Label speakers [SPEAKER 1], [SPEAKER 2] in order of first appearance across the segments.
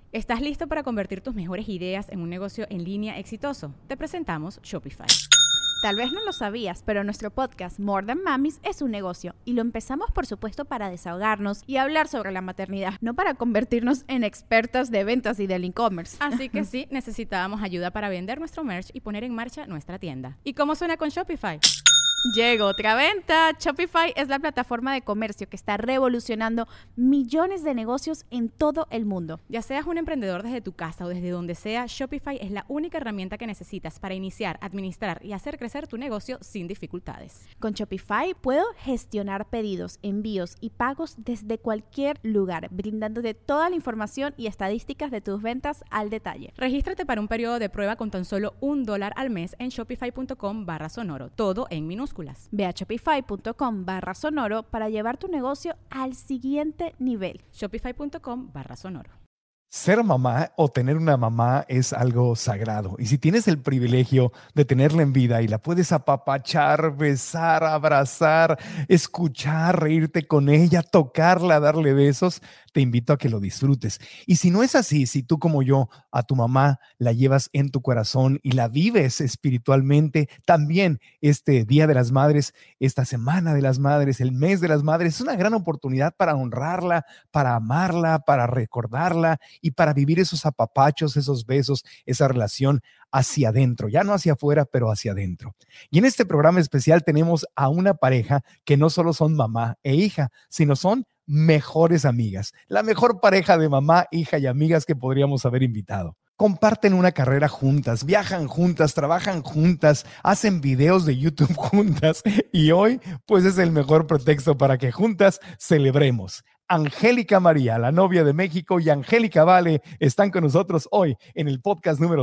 [SPEAKER 1] ¿Estás listo para convertir tus mejores ideas en un negocio en línea exitoso? Te presentamos Shopify.
[SPEAKER 2] Tal vez no lo sabías, pero nuestro podcast More Than Mamis es un negocio y lo empezamos por supuesto para desahogarnos y hablar sobre la maternidad, no para convertirnos en expertas de ventas y del e-commerce.
[SPEAKER 1] Así que sí, necesitábamos ayuda para vender nuestro merch y poner en marcha nuestra tienda. ¿Y cómo suena con Shopify?
[SPEAKER 2] Llegó otra venta. Shopify es la plataforma de comercio que está revolucionando millones de negocios en todo el mundo.
[SPEAKER 1] Ya seas un emprendedor desde tu casa o desde donde sea, Shopify es la única herramienta que necesitas para iniciar, administrar y hacer crecer tu negocio sin dificultades.
[SPEAKER 2] Con Shopify puedo gestionar pedidos, envíos y pagos desde cualquier lugar, brindándote toda la información y estadísticas de tus ventas al detalle.
[SPEAKER 1] Regístrate para un periodo de prueba con tan solo $1 al mes en shopify.com/sonoro, todo en minúsculas.
[SPEAKER 2] Ve a shopify.com/sonoro para llevar tu negocio al siguiente nivel.
[SPEAKER 1] Shopify.com/sonoro.
[SPEAKER 3] Ser mamá o tener una mamá es algo sagrado. Y si tienes el privilegio de tenerla en vida y la puedes apapachar, besar, abrazar, escuchar, reírte con ella, tocarla, darle besos, te invito a que lo disfrutes. Y si no es así, si tú como yo a tu mamá la llevas en tu corazón y la vives espiritualmente, también este Día de las Madres, esta Semana de las Madres, el Mes de las Madres, es una gran oportunidad para honrarla, para amarla, para recordarla y para vivir esos apapachos, esos besos, esa relación hacia adentro, ya no hacia afuera, pero hacia adentro. Y en este programa especial tenemos a una pareja que no solo son mamá e hija, sino son mejores amigas, la mejor pareja de mamá, hija y amigas que podríamos haber invitado. Comparten una carrera juntas, viajan juntas, trabajan juntas, hacen videos de YouTube juntas y hoy pues es el mejor pretexto para que juntas celebremos. Angélica María, la novia de México, y Angélica Vale están con nosotros hoy en el podcast número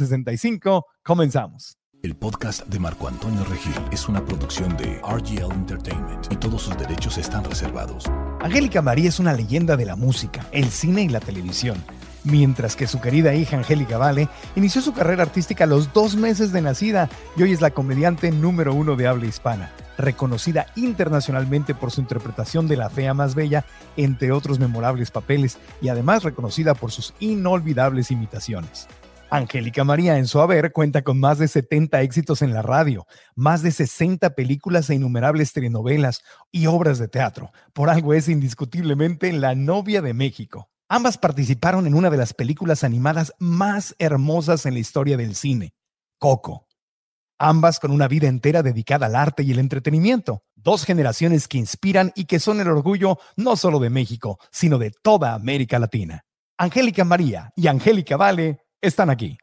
[SPEAKER 3] 165. Comenzamos.
[SPEAKER 4] El podcast de Marco Antonio Regil es una producción de RGL Entertainment y todos sus derechos están reservados.
[SPEAKER 3] Angélica María es una leyenda de la música, el cine y la televisión, mientras que su querida hija Angélica Vale inició su carrera artística a los 2 meses de nacida y hoy es la comediante número 1 de habla hispana, reconocida internacionalmente por su interpretación de La Fea Más Bella, entre otros memorables papeles, y además reconocida por sus inolvidables imitaciones. Angélica María, en su haber, cuenta con más de 70 éxitos en la radio, más de 60 películas e innumerables telenovelas y obras de teatro. Por algo es indiscutiblemente la novia de México. Ambas participaron en una de las películas animadas más hermosas en la historia del cine, Coco. Ambas con una vida entera dedicada al arte y el entretenimiento. 2 generaciones que inspiran y que son el orgullo no solo de México, sino de toda América Latina. Angélica María y Angélica Vale están aquí.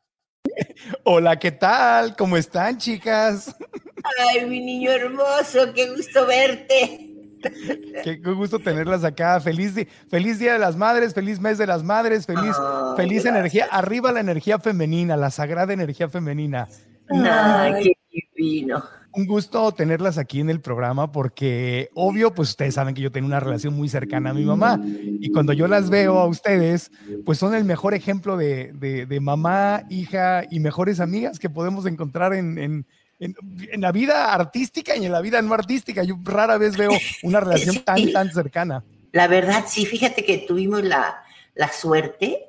[SPEAKER 3] Hola, ¿qué tal? ¿Cómo están, chicas?
[SPEAKER 5] Ay, mi niño hermoso, qué gusto verte.
[SPEAKER 3] Qué gusto tenerlas acá. Feliz Día de las Madres, feliz Mes de las Madres, feliz energía. Arriba la energía femenina, la sagrada energía femenina.
[SPEAKER 5] Ay, qué divino.
[SPEAKER 3] Un gusto tenerlas aquí en el programa porque, obvio, pues ustedes saben que yo tengo una relación muy cercana a mi mamá y cuando yo las veo a ustedes, pues son el mejor ejemplo de mamá, hija y mejores amigas que podemos encontrar en la vida artística y en la vida no artística. Yo rara vez veo una relación
[SPEAKER 5] Sí.
[SPEAKER 3] tan cercana.
[SPEAKER 5] La verdad, sí, fíjate que tuvimos la suerte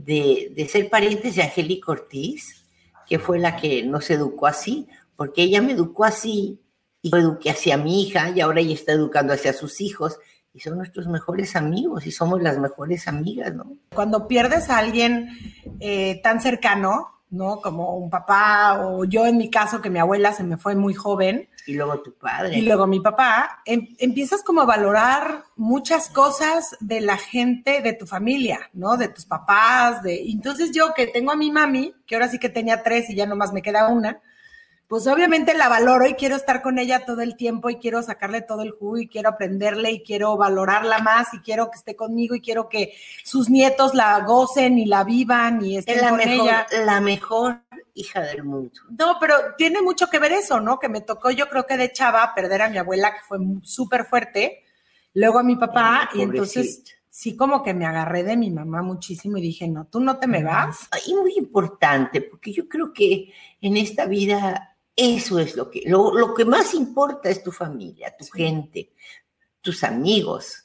[SPEAKER 5] de ser parientes de Angélica Ortiz, que fue la que nos educó así, porque ella me educó así y yo eduqué hacia mi hija y ahora ella está educando hacia sus hijos y son nuestros mejores amigos y somos las mejores amigas, ¿no?
[SPEAKER 6] Cuando pierdes a alguien tan cercano, ¿no? Como un papá o yo en mi caso, que mi abuela se me fue muy joven.
[SPEAKER 5] Y luego tu padre.
[SPEAKER 6] Y luego mi papá, empiezas como a valorar muchas cosas de la gente, de tu familia, ¿no? De tus papás, entonces yo que tengo a mi mami, que ahora sí que tenía 3 y ya nomás me queda una, pues obviamente la valoro y quiero estar con ella todo el tiempo y quiero sacarle todo el jugo y quiero aprenderle y quiero valorarla más y quiero que esté conmigo y quiero que sus nietos la gocen y la vivan y estén con ella.
[SPEAKER 5] La mejor hija del mundo.
[SPEAKER 6] No, pero tiene mucho que ver eso, ¿no? Que me tocó, yo creo que de chava, perder a mi abuela, que fue súper fuerte, luego a mi papá, y entonces sí como que me agarré de mi mamá muchísimo y dije, no, tú no te me vas.
[SPEAKER 5] Y muy importante, porque yo creo que en esta vida eso es lo que más importa es tu familia, tu gente, tus amigos,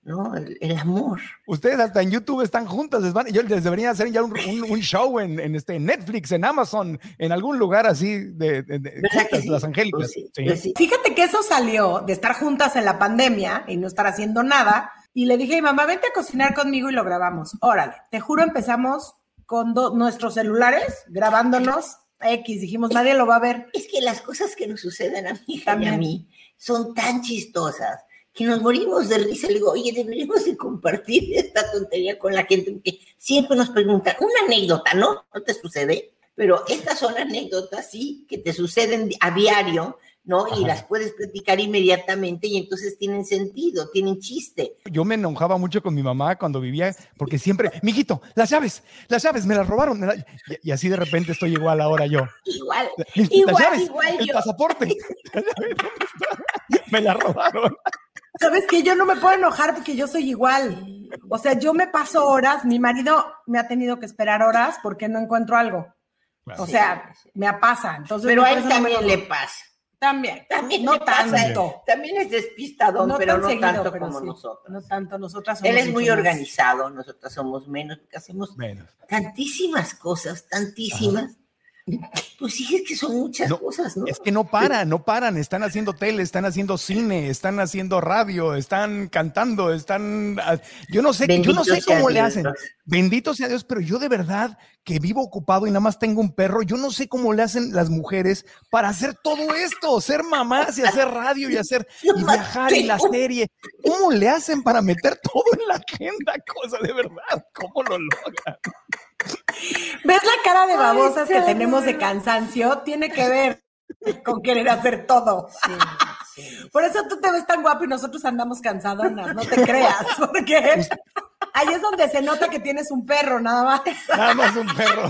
[SPEAKER 5] ¿no? El amor.
[SPEAKER 3] Ustedes hasta en YouTube están juntas, les deberían hacer ya un show en Netflix, en Amazon, en algún lugar así de juntas,
[SPEAKER 5] sí?
[SPEAKER 3] las Angélicas.
[SPEAKER 5] Pues sí,
[SPEAKER 3] Sí.
[SPEAKER 5] pues sí.
[SPEAKER 6] Fíjate que eso salió de estar juntas en la pandemia y no estar haciendo nada. Y le dije a mi mamá, vente a cocinar conmigo y lo grabamos. Órale, te juro, empezamos con nuestros celulares grabándonos X. Dijimos, nadie lo va a ver.
[SPEAKER 5] Es que las cosas que nos suceden a mi hija y a mí son tan chistosas que nos morimos de risa. Le digo, oye, deberíamos de compartir esta tontería con la gente, porque siempre nos preguntan, una anécdota, ¿no? ¿No te sucede? Pero estas son anécdotas, sí, que te suceden a diario, ¿no? Y las puedes platicar inmediatamente y entonces tienen sentido, tienen chiste.
[SPEAKER 3] Yo me enojaba mucho con mi mamá cuando vivía, porque siempre, mijito, las llaves, me las robaron. Y así de repente estoy igual ahora yo.
[SPEAKER 5] Igual
[SPEAKER 3] el
[SPEAKER 5] yo.
[SPEAKER 3] pasaporte. Me la robaron.
[SPEAKER 6] ¿Sabes qué? Yo no me puedo enojar porque yo soy igual. O sea, yo me paso horas, mi marido me ha tenido que esperar horas porque no encuentro algo. Claro. O sea, me pasa. Entonces,
[SPEAKER 5] pero a él también le pasa.
[SPEAKER 6] También
[SPEAKER 5] no
[SPEAKER 6] le pasa.
[SPEAKER 5] Tanto. También es despistadón, pero no
[SPEAKER 6] seguido,
[SPEAKER 5] tanto
[SPEAKER 6] pero
[SPEAKER 5] como
[SPEAKER 6] sí.
[SPEAKER 5] nosotras.
[SPEAKER 6] No tanto, nosotras somos.
[SPEAKER 5] Él es muy organizado, nosotras somos menos, porque hacemos tantísimas cosas, tantísimas. Ajá. Pues sí, es que son muchas cosas, ¿no?
[SPEAKER 3] Es que no paran, están haciendo tele, están haciendo cine, están haciendo radio, están cantando, yo no sé cómo le hacen. Bendito sea Dios, pero yo de verdad que vivo ocupado y nada más tengo un perro, yo no sé cómo le hacen las mujeres para hacer todo esto, ser mamás y hacer radio y viajar y la serie. ¿Cómo le hacen para meter todo en la agenda? Cosa de verdad, ¿cómo lo logran?
[SPEAKER 6] ¿Ves la cara de babosas que tenemos de cansancio? Tiene que ver con querer hacer todo. Sí. Por eso tú te ves tan guapo y nosotros andamos cansadonas, no te creas, porque ahí es donde se nota que tienes un perro, nada más.
[SPEAKER 3] Nada más un perro.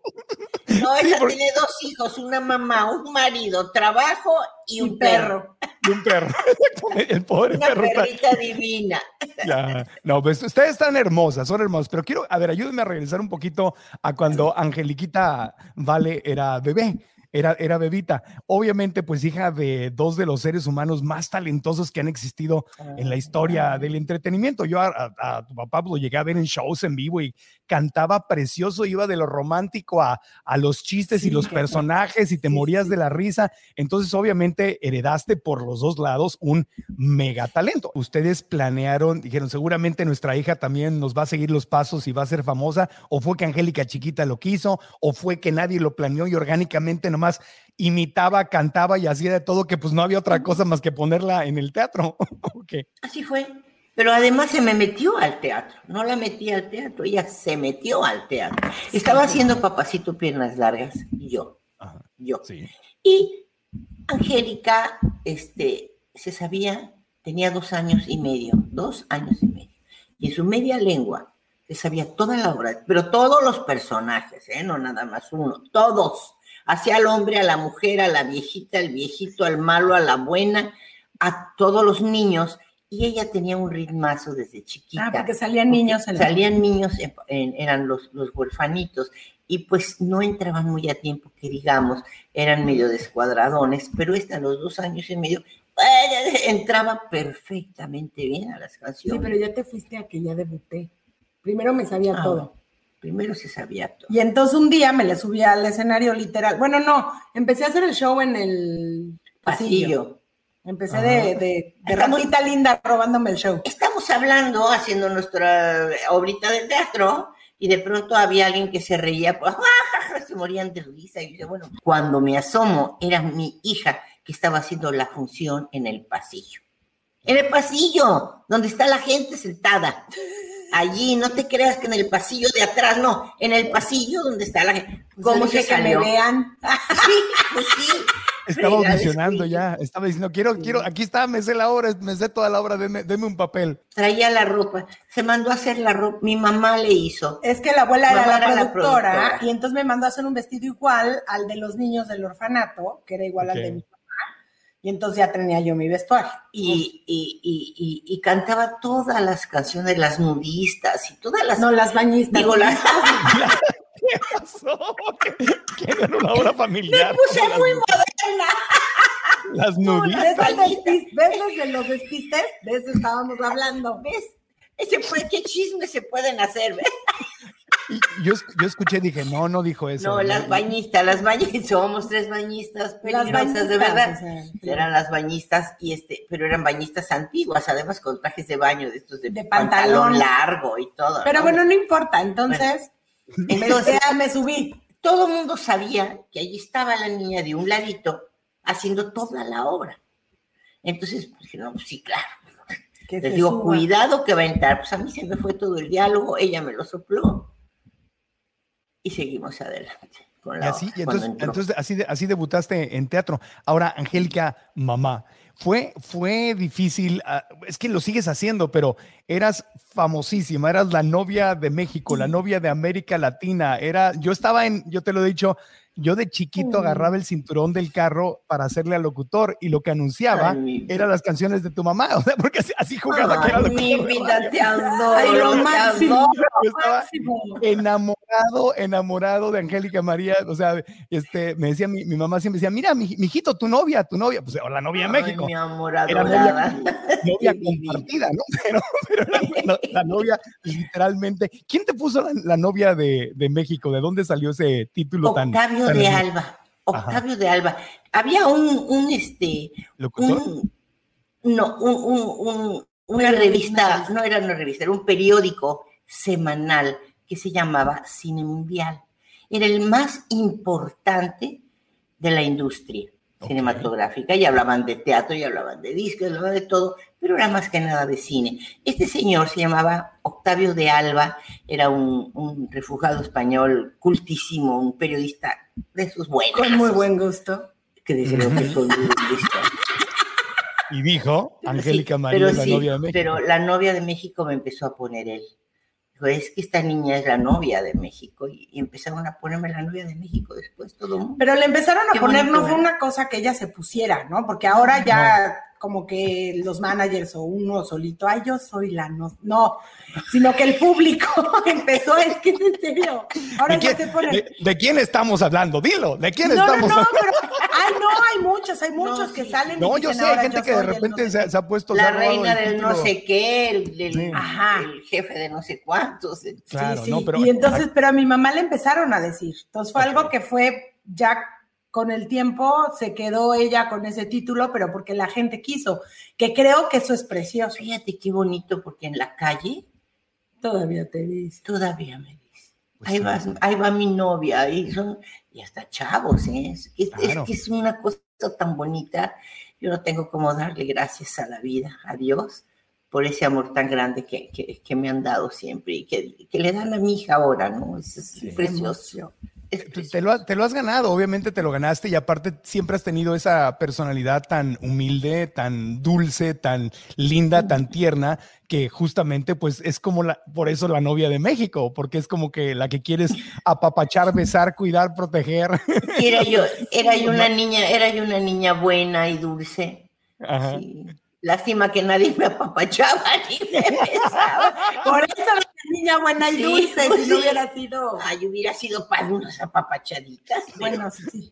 [SPEAKER 5] No, ella tiene 2 hijos, una mamá, un marido, trabajo y un perro.
[SPEAKER 3] Y un perro. El pobre
[SPEAKER 5] una
[SPEAKER 3] perro.
[SPEAKER 5] Una perrita divina.
[SPEAKER 3] Ya. No, pues ustedes están hermosas, son hermosas, pero ayúdenme a regresar un poquito a cuando Angeliquita Vale era bebé. Era bebita. Obviamente, pues hija de 2 de los seres humanos más talentosos que han existido en la historia del entretenimiento. Yo a tu papá lo llegué a ver en shows en vivo y cantaba precioso, iba de lo romántico a los chistes y los personajes y te morías de la risa. Entonces, obviamente, heredaste por los 2 lados un mega talento. Ustedes planearon, dijeron, seguramente nuestra hija también nos va a seguir los pasos y va a ser famosa, o fue que Angélica chiquita lo quiso, o fue que nadie lo planeó y orgánicamente nomás imitaba, cantaba y hacía de todo, que pues no había otra cosa más que ponerla en el teatro. Okay.
[SPEAKER 5] Así fue, pero además se me metió al teatro, no la metí al teatro, ella se metió al teatro. Estaba haciendo Papacito Piernas Largas, yo. Sí. Y Angélica, se sabía, tenía 2 años y medio, y en su media lengua se sabía toda la obra, pero todos los personajes, no nada más uno, todos. Hacia al hombre, a la mujer, a la viejita, al viejito, al malo, a la buena, a todos los niños. Y ella tenía un ritmazo desde chiquita.
[SPEAKER 6] Porque salían niños.
[SPEAKER 5] Salían niños, eran los huerfanitos. Y pues no entraban muy a tiempo, que digamos, eran medio descuadradones. Pero esta, a los 2 años y medio, entraba perfectamente bien a las canciones.
[SPEAKER 6] Sí, pero ya te fuiste a que ya debuté. Primero me sabía todo.
[SPEAKER 5] Primero se sabía todo.
[SPEAKER 6] Y entonces un día me le subí al escenario literal. Bueno, no, empecé a hacer el show en el pasillo. Empecé de ratita linda robándome el show.
[SPEAKER 5] Estamos hablando, haciendo nuestra obrita de teatro, y de pronto había alguien que se reía, pues, se morían de risa. Y yo, bueno, cuando me asomo, era mi hija que estaba haciendo la función en el pasillo. En el pasillo, donde está la gente sentada. Allí, no te creas que en el pasillo de atrás, no, en el pasillo donde está la gente.
[SPEAKER 6] ¿Cómo se salió? Que me vean.
[SPEAKER 5] Sí, pues sí.
[SPEAKER 3] Estaba audicionando ya, estaba diciendo, quiero, aquí está, me sé la obra, me sé toda la obra, deme un papel.
[SPEAKER 5] Traía la ropa, se mandó a hacer la ropa, mi mamá le hizo.
[SPEAKER 6] Es que la abuela era la productora, y entonces me mandó a hacer un vestido igual al de los niños del orfanato, que era igual al de mi papá. Y entonces ya tenía yo mi vestuario.
[SPEAKER 5] Y cantaba todas las canciones, las nudistas y todas las...
[SPEAKER 6] No, las bañistas.
[SPEAKER 5] Digo, las...
[SPEAKER 3] ¿Qué pasó? ¿Qué era una obra familiar?
[SPEAKER 5] Me puse muy moderna.
[SPEAKER 3] Las nudistas.
[SPEAKER 6] ¿Ves los despistes? De eso estábamos hablando.
[SPEAKER 5] ¿Ves? ¿Qué chismes se pueden hacer? ¿Ves?
[SPEAKER 3] Yo escuché, dije, no dijo eso.
[SPEAKER 5] No, las bañistas, somos 3 bañistas peligrosas, de verdad. O sea, eran las bañistas, pero eran bañistas antiguas, además con trajes de baño de estos de pantalón largo y todo.
[SPEAKER 6] Pero bueno, no importa, entonces me subí.
[SPEAKER 5] Todo el mundo sabía que allí estaba la niña de un ladito haciendo toda la obra. Entonces, dije, no, pues sí, claro. Les digo, cuidado que va a entrar. Pues a mí se me fue todo el diálogo, ella me lo sopló y seguimos adelante.
[SPEAKER 3] Entonces así debutaste en teatro. Ahora, Angélica, mamá, fue difícil, es que lo sigues haciendo, pero eras famosísima, eras la novia de México, la novia de América Latina. Yo te lo he dicho, yo de chiquito agarraba el cinturón del carro para hacerle al locutor y lo que anunciaba eran las canciones de tu mamá, o sea, porque así jugaba.
[SPEAKER 5] Ay, que era mi vida, te adoro.
[SPEAKER 3] Lo máximo. Yo estaba enamorado de Angélica María, o sea, me decía, mi mamá siempre decía, mira, mijito, tu novia, pues la novia de México.
[SPEAKER 5] Mi amor adorada.
[SPEAKER 3] Era novia compartida, ¿no? Pero la novia, literalmente. ¿Quién te puso la novia de México? ¿De dónde salió ese título tan...
[SPEAKER 5] Octavio de Alba. Había una revista, no era una revista, era un periódico semanal que se llamaba Cine Mundial. Era el más importante de la industria cinematográfica, y hablaban de teatro, y hablaban de discos, hablaban de todo, pero era más que nada de cine. Este señor se llamaba Octavio de Alba, era un refugiado español cultísimo, un periodista de esos buenos.
[SPEAKER 6] Con muy buen gusto.
[SPEAKER 5] Que desde luego que son muy listos.
[SPEAKER 3] Y dijo, Angélica María, la novia de México.
[SPEAKER 5] Pero la novia de México me empezó a poner él. Dijo, es que esta niña es la novia de México, y empezaron a ponerme la novia de México después todo el mundo.
[SPEAKER 6] Pero le empezaron a poner, no fue una cosa que ella se pusiera, ¿no? Porque ahora ya como que los managers o uno solito, ay, yo soy la no, sino que el público empezó, es que es en serio. Ahora ya se pone...
[SPEAKER 3] ¿De quién estamos hablando? Dilo, ¿de quién estamos hablando?
[SPEAKER 6] Pero, hay muchos que salen.
[SPEAKER 3] No, yo sé, hay gente que de repente se ha puesto...
[SPEAKER 5] La reina del no sé qué, el jefe de no sé cuántos.
[SPEAKER 3] Claro,
[SPEAKER 6] sí. Y entonces, pero a mi mamá le empezaron a decir. Entonces fue algo que fue ya... Con el tiempo se quedó ella con ese título, pero porque la gente quiso, que creo que eso es precioso.
[SPEAKER 5] Fíjate qué bonito, porque en la calle
[SPEAKER 6] todavía te dice.
[SPEAKER 5] Todavía me dice. Pues ahí va mi novia, y hasta chavos, ¿eh? Es que es una cosa tan bonita. Yo no tengo cómo darle gracias a la vida, a Dios, por ese amor tan grande que me han dado siempre, y que le dan a mi hija ahora, ¿no? Es precioso.
[SPEAKER 3] Te lo has ganado, obviamente te lo ganaste, y aparte siempre has tenido esa personalidad tan humilde, tan dulce, tan linda, tan tierna, que justamente pues es como por eso la novia de México, porque es como que la que quieres apapachar, besar, cuidar, proteger.
[SPEAKER 5] Era yo una niña buena y dulce. Ajá. Sí. Lástima que nadie me apapachaba ni me besaba.
[SPEAKER 6] Por eso era niña buena y dulce, si no hubiera sido...
[SPEAKER 5] Ay, hubiera sido para unas apapachaditas.
[SPEAKER 6] Bueno, sí.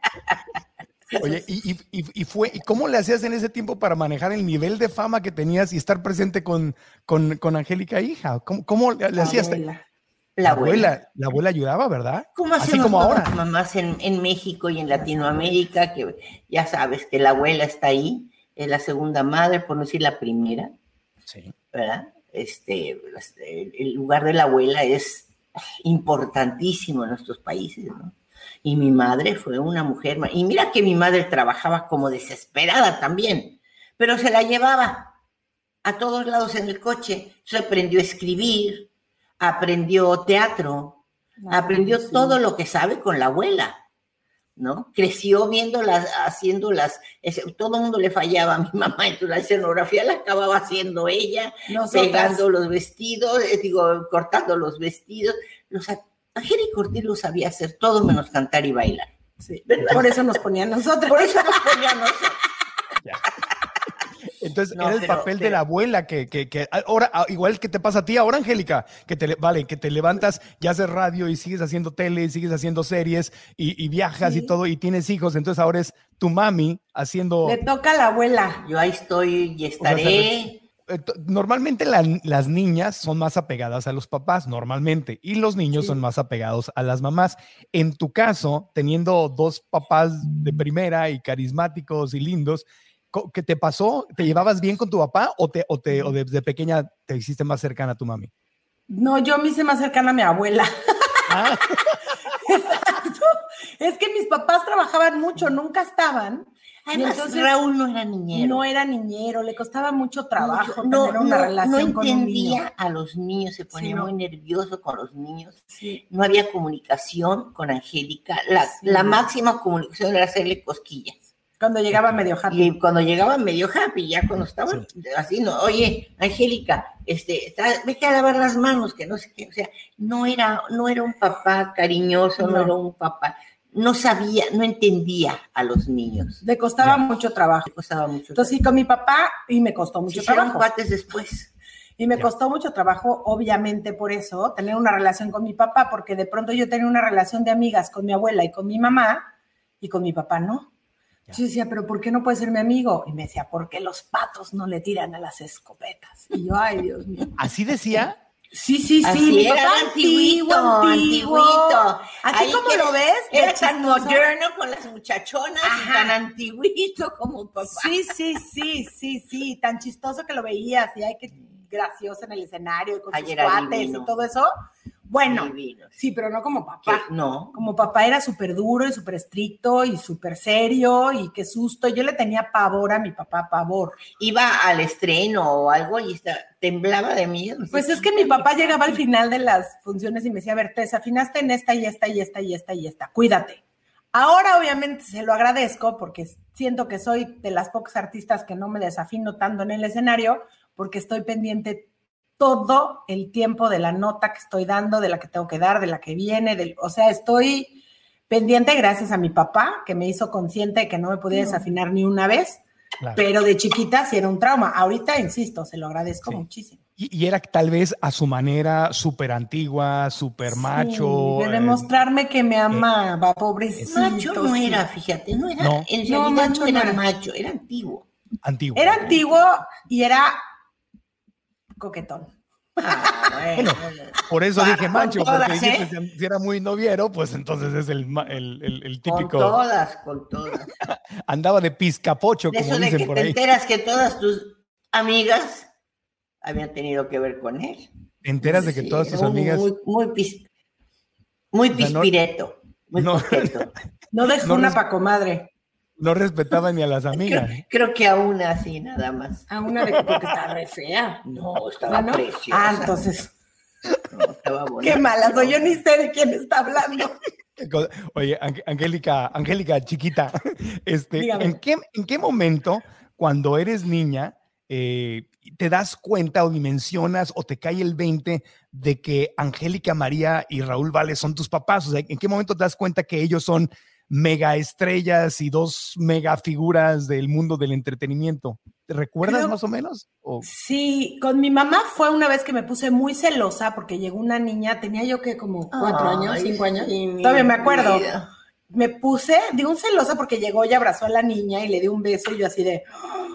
[SPEAKER 3] Oye, ¿y cómo le hacías en ese tiempo para manejar el nivel de fama que tenías y estar presente con Angélica, hija? ¿Cómo le hacías? La abuela ayudaba, ¿verdad?
[SPEAKER 5] ¿Cómo hacemos todas las mamás en México y en Latinoamérica? Que ya sabes que la abuela está ahí. Es la segunda madre, por no decir la primera, sí, ¿verdad? El lugar de la abuela es importantísimo en nuestros países, ¿no? Y mi madre fue una mujer, y mira que mi madre trabajaba como desesperada también, pero se la llevaba a todos lados en el coche. Se aprendió a escribir, aprendió teatro, aprendió todo lo que sabe con la abuela, ¿no? Creció viéndolas, haciéndolas, todo el mundo le fallaba a mi mamá, entonces la escenografía la acababa haciendo ella, pegando los vestidos, cortando los vestidos. Angélica Ortiz lo sabía hacer todo menos cantar y bailar.
[SPEAKER 6] Sí, por eso nos ponían nosotros.
[SPEAKER 3] Entonces era el papel de la abuela que ahora, igual que te pasa a ti ahora, Angélica, que te levantas y haces radio y sigues haciendo tele y sigues haciendo series y viajas y todo y tienes hijos, entonces ahora es tu mami haciendo...
[SPEAKER 6] Le toca a la abuela.
[SPEAKER 5] Yo ahí estoy y estaré.
[SPEAKER 3] Normalmente las niñas son más apegadas a los papás, normalmente, y los niños son más apegados a las mamás. En tu caso, teniendo dos papás de primera y carismáticos y lindos, ¿qué te pasó? ¿Te llevabas bien con tu papá o desde pequeña te hiciste más cercana a tu mami?
[SPEAKER 6] No, yo me hice más cercana a mi abuela.
[SPEAKER 3] Ah.
[SPEAKER 6] Exacto. Es que mis papás trabajaban mucho, nunca estaban.
[SPEAKER 5] Además,
[SPEAKER 6] entonces,
[SPEAKER 5] Raúl no era niñero.
[SPEAKER 6] No era niñero, le costaba mucho trabajo tener una relación con un niño.
[SPEAKER 5] No entendía a los niños, se ponía muy nervioso con los niños.
[SPEAKER 6] Sí.
[SPEAKER 5] No había comunicación con Angélica. La máxima comunicación era hacerle cosquillas.
[SPEAKER 6] Cuando llegaba medio happy.
[SPEAKER 5] Y cuando llegaba medio happy, ya cuando estaban así, no, oye, Angélica, vete a lavar las manos, que no sé qué, o sea, no era un papá cariñoso, no era un papá, no sabía, no entendía a los niños.
[SPEAKER 6] Le costaba mucho trabajo. Entonces, sí, con mi papá, y me costó mucho trabajo.
[SPEAKER 5] Cuates después.
[SPEAKER 6] Y me costó mucho trabajo, obviamente por eso, tener una relación con mi papá, porque de pronto yo tenía una relación de amigas con mi abuela y con mi mamá, y con mi papá no. Yo decía, ¿pero por qué no puede ser mi amigo? Y me decía, porque los patos no le tiran a las escopetas. Y yo, ay, Dios mío.
[SPEAKER 3] ¿Así decía?
[SPEAKER 6] Sí,
[SPEAKER 5] así
[SPEAKER 6] mi
[SPEAKER 5] era,
[SPEAKER 6] papá antiguito. Así
[SPEAKER 5] ahí
[SPEAKER 6] como lo ves.
[SPEAKER 5] Era tan moderno con las muchachonas y tan antiguito como papá.
[SPEAKER 6] Sí, tan chistoso que lo veías y ay, qué gracioso en el escenario y con sus cuates y todo eso. Bueno, divino. Sí, pero no como papá.
[SPEAKER 5] No.
[SPEAKER 6] Como papá era súper duro y súper estricto y súper serio y qué susto. Yo le tenía pavor a mi papá, pavor.
[SPEAKER 5] Iba al estreno o algo y temblaba de miedo.
[SPEAKER 6] Pues es que mi papá llegaba al final de las funciones y me decía, a ver, te desafinaste en esta y esta y esta y esta y esta. Cuídate. Ahora obviamente se lo agradezco porque siento que soy de las pocas artistas que no me desafino tanto en el escenario porque estoy pendiente todo el tiempo de la nota que estoy dando, de la que tengo que dar, de la que viene, o sea, estoy pendiente gracias a mi papá, que me hizo consciente de que no me podía desafinar ni una vez, pero de chiquita sí era un trauma. Ahorita, insisto, se lo agradezco muchísimo.
[SPEAKER 3] Y era tal vez a su manera súper antigua, súper macho.
[SPEAKER 6] De demostrarme que me amaba, pobrecito.
[SPEAKER 5] Macho no era, fíjate, no era, en realidad no era macho, era antiguo.
[SPEAKER 6] Era antiguo y era coquetón.
[SPEAKER 3] Bueno, por eso dije macho, porque si era muy noviero, pues entonces es el típico.
[SPEAKER 5] Con todas.
[SPEAKER 3] Andaba de pizcapocho, como dicen por ahí.
[SPEAKER 5] Te enteras que todas tus amigas habían tenido que ver con él.
[SPEAKER 3] ¿Te enteras de que todas tus amigas?
[SPEAKER 5] Muy pispireto, muy coqueto.
[SPEAKER 6] No dejó una pa' comadre.
[SPEAKER 3] No respetaba ni a las amigas.
[SPEAKER 5] Creo que a una sí, nada más.
[SPEAKER 6] A una porque estaba re fea.
[SPEAKER 5] No, estaba preciosa.
[SPEAKER 6] Entonces.
[SPEAKER 5] No, estaba bonita.
[SPEAKER 6] Qué mala soy, yo ni sé de quién está hablando.
[SPEAKER 3] Oye, Angélica, chiquita, ¿en qué momento, cuando eres niña, te das cuenta o dimensionas o te cae el 20 de que Angélica María y Raúl Vale son tus papás? O sea, ¿en qué momento te das cuenta que ellos son mega estrellas y dos mega figuras del mundo del entretenimiento? ¿Te recuerdas más o menos?
[SPEAKER 6] Sí, con mi mamá fue una vez que me puse muy celosa porque llegó una niña, tenía yo que como 4 años, 5 años, todavía me acuerdo. Me puse, digo, celosa porque llegó y abrazó a la niña y le dio un beso y yo así de,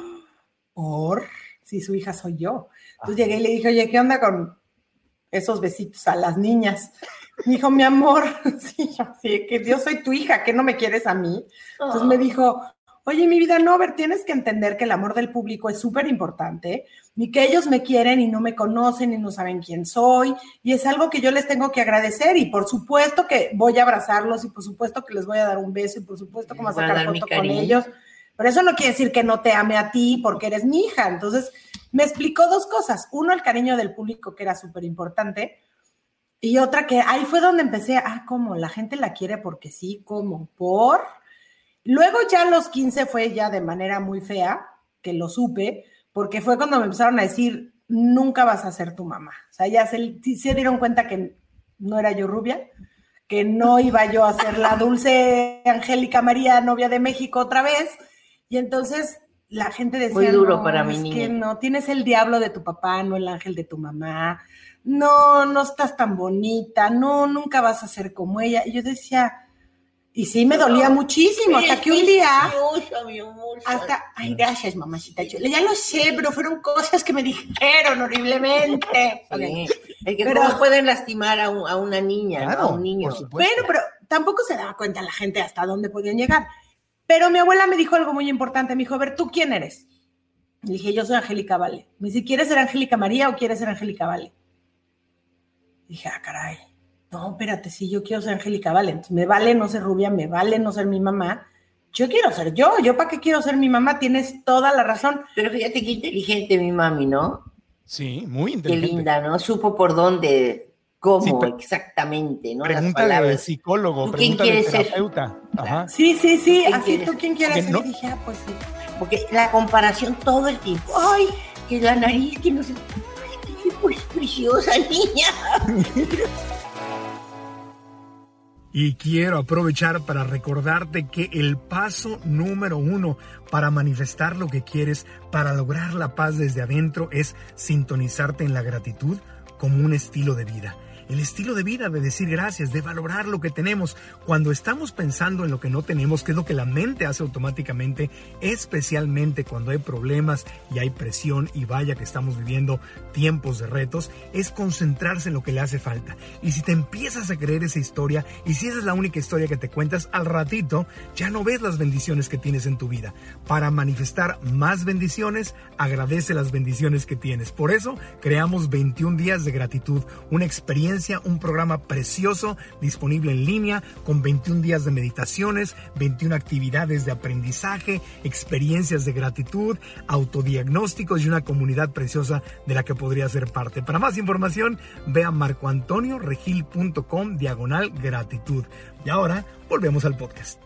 [SPEAKER 6] si su hija soy yo. Entonces llegué y le dije, oye, ¿qué onda con esos besitos a las niñas? Me dijo, mi amor, sí, que yo soy tu hija, que no me quieres a mí. Entonces me dijo, oye, mi vida, no, tienes que entender que el amor del público es súper importante, y que ellos me quieren y no me conocen y no saben quién soy, y es algo que yo les tengo que agradecer, y por supuesto que voy a abrazarlos, y por supuesto que les voy a dar un beso, y por supuesto que me voy a sacar foto con ellos, pero eso no quiere decir que no te ame a ti porque eres mi hija. Entonces me explicó 2 cosas. Uno, el cariño del público, que era súper importante, y otra que ahí fue donde empecé, ¿cómo? La gente la quiere porque sí, ¿cómo? ¿Por? Luego ya a los 15 fue ya de manera muy fea, que lo supe, porque fue cuando me empezaron a decir, nunca vas a ser tu mamá. O sea, ya se dieron cuenta que no era yo rubia, que no iba yo a ser la dulce Angélica María, novia de México otra vez, y entonces la gente decía,
[SPEAKER 5] muy duro para mi niña.
[SPEAKER 6] Que no, tienes el diablo de tu papá, no el ángel de tu mamá, no estás tan bonita, no, nunca vas a ser como ella. Y yo decía, Y sí, me dolía muchísimo, hasta que un día...
[SPEAKER 5] Mi amor,
[SPEAKER 6] ay, gracias, mamacita chula. Ya lo sé, pero fueron cosas que me dijeron horriblemente.
[SPEAKER 5] Sí. Es que
[SPEAKER 6] Pero-
[SPEAKER 5] cómo pueden lastimar a una niña,
[SPEAKER 3] Claro,
[SPEAKER 5] ¿no? A un niño.
[SPEAKER 3] por supuesto.
[SPEAKER 6] Bueno, pero tampoco se daba cuenta la gente hasta dónde podían llegar. Pero mi abuela me dijo algo muy importante. Me dijo, a ver, ¿tú quién eres? Le dije, yo soy Angélica Vale. Me dice, ¿quieres ser Angélica María o quieres ser Angélica Vale? Dije, caray. No, espérate, sí, yo quiero ser Angélica Vale. Entonces, me vale no ser rubia, me vale no ser mi mamá. Yo quiero ser yo. ¿Yo para qué quiero ser mi mamá? Tienes toda la razón.
[SPEAKER 5] Pero fíjate qué inteligente mi mami, ¿no?
[SPEAKER 3] Sí, muy
[SPEAKER 5] Qué
[SPEAKER 3] inteligente.
[SPEAKER 5] linda, ¿no? Supo por dónde, cómo
[SPEAKER 3] Sí,
[SPEAKER 5] exactamente, ¿no? Las
[SPEAKER 3] Pregúntale al
[SPEAKER 5] palabras.
[SPEAKER 3] psicólogo,
[SPEAKER 5] ¿Tú quién
[SPEAKER 3] pregúntale al
[SPEAKER 5] quieres ser?
[SPEAKER 3] terapeuta. Ajá.
[SPEAKER 6] Sí.
[SPEAKER 5] ¿Quién
[SPEAKER 6] Así,
[SPEAKER 5] quieres?
[SPEAKER 6] ¿tú quién quieres
[SPEAKER 3] Porque
[SPEAKER 6] ser?
[SPEAKER 3] no-
[SPEAKER 6] Y dije, pues sí.
[SPEAKER 5] Porque la comparación todo el tiempo. Ay, que la nariz, que no sé. Ay, qué preciosa niña.
[SPEAKER 7] Y quiero aprovechar para recordarte que el paso número 1 para manifestar lo que quieres, para lograr la paz desde adentro, es sintonizarte en la gratitud como un estilo de vida. El estilo de vida de decir gracias, de valorar lo que tenemos. Cuando estamos pensando en lo que no tenemos, que es lo que la mente hace automáticamente, especialmente cuando hay problemas y hay presión y vaya que estamos viviendo tiempos de retos, es concentrarse en lo que le hace falta. Y si te empiezas a creer esa historia, y si esa es la única historia que te cuentas, al ratito ya no ves las bendiciones que tienes en tu vida. Para manifestar más bendiciones, agradece las bendiciones que tienes. Por eso creamos 21 días de gratitud, una experiencia, un programa precioso disponible en línea con 21 días de meditaciones, 21 actividades de aprendizaje, experiencias de gratitud, autodiagnósticos y una comunidad preciosa de la que podrías ser parte. Para más información, ve a marcoantonioregil.com/gratitud. Y ahora volvemos al podcast.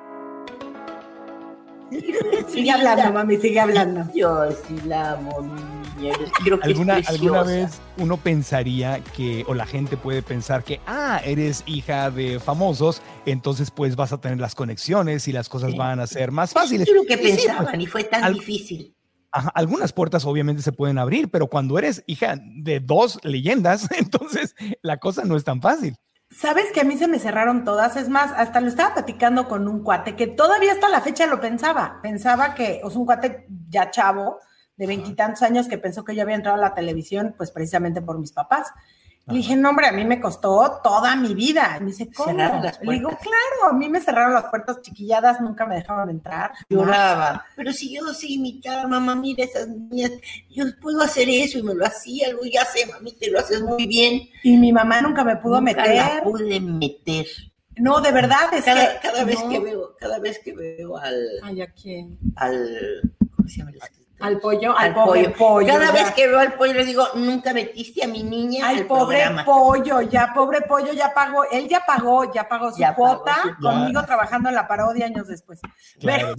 [SPEAKER 6] Sigue hablando, mami, sigue hablando.
[SPEAKER 5] Yo sí la amo, mi niña. Yo creo que
[SPEAKER 3] ¿Alguna
[SPEAKER 5] es preciosa.
[SPEAKER 3] vez uno pensaría que, o la gente puede pensar que, eres hija de famosos, entonces pues vas a tener las conexiones y las cosas
[SPEAKER 5] Sí.
[SPEAKER 3] van a ser más fáciles?
[SPEAKER 5] Yo creo que
[SPEAKER 3] Y sí,
[SPEAKER 5] pensaban
[SPEAKER 3] pues,
[SPEAKER 5] y fue tan difícil.
[SPEAKER 3] algunas puertas obviamente se pueden abrir, pero cuando eres hija de 2 leyendas, entonces la cosa no es tan fácil.
[SPEAKER 6] ¿Sabes que a mí se me cerraron todas? Es más, hasta lo estaba platicando con un cuate que todavía hasta la fecha lo pensaba. Pensaba que, un cuate ya chavo, de 20 y tantos años, que pensó que yo había entrado a la televisión, pues precisamente por mis papás. Le dije, no, hombre, a mí me costó toda mi vida. Y me dice, ¿cómo?
[SPEAKER 5] Cerraron las
[SPEAKER 6] Le digo,
[SPEAKER 5] puertas.
[SPEAKER 6] claro, a mí me cerraron las puertas chiquilladas, nunca me dejaron entrar.
[SPEAKER 5] Lloraba. Pero si yo sé imitar, mamá, mira esas niñas, yo puedo hacer eso y me lo hacía, luego ya sé, mami, te lo haces muy bien.
[SPEAKER 6] Y mi mamá nunca me pudo
[SPEAKER 5] Nunca
[SPEAKER 6] meter.
[SPEAKER 5] la pude meter.
[SPEAKER 6] No, de verdad, es
[SPEAKER 5] Cada vez
[SPEAKER 6] no.
[SPEAKER 5] que veo al
[SPEAKER 6] Ay, ¿a quién?
[SPEAKER 5] ¿cómo se llama el escritor?
[SPEAKER 6] Al pollo,
[SPEAKER 5] Al
[SPEAKER 6] al pobre pollo.
[SPEAKER 5] Cada
[SPEAKER 6] ya.
[SPEAKER 5] vez que veo al pollo le digo, nunca metiste a mi niña
[SPEAKER 6] Ay,
[SPEAKER 5] al
[SPEAKER 6] pobre
[SPEAKER 5] programa.
[SPEAKER 6] pollo, pobre pollo, ya pagó, él ya pagó su
[SPEAKER 5] Ya pagó
[SPEAKER 6] cuota
[SPEAKER 5] su-
[SPEAKER 6] conmigo trabajando en la parodia años después.
[SPEAKER 3] Claro,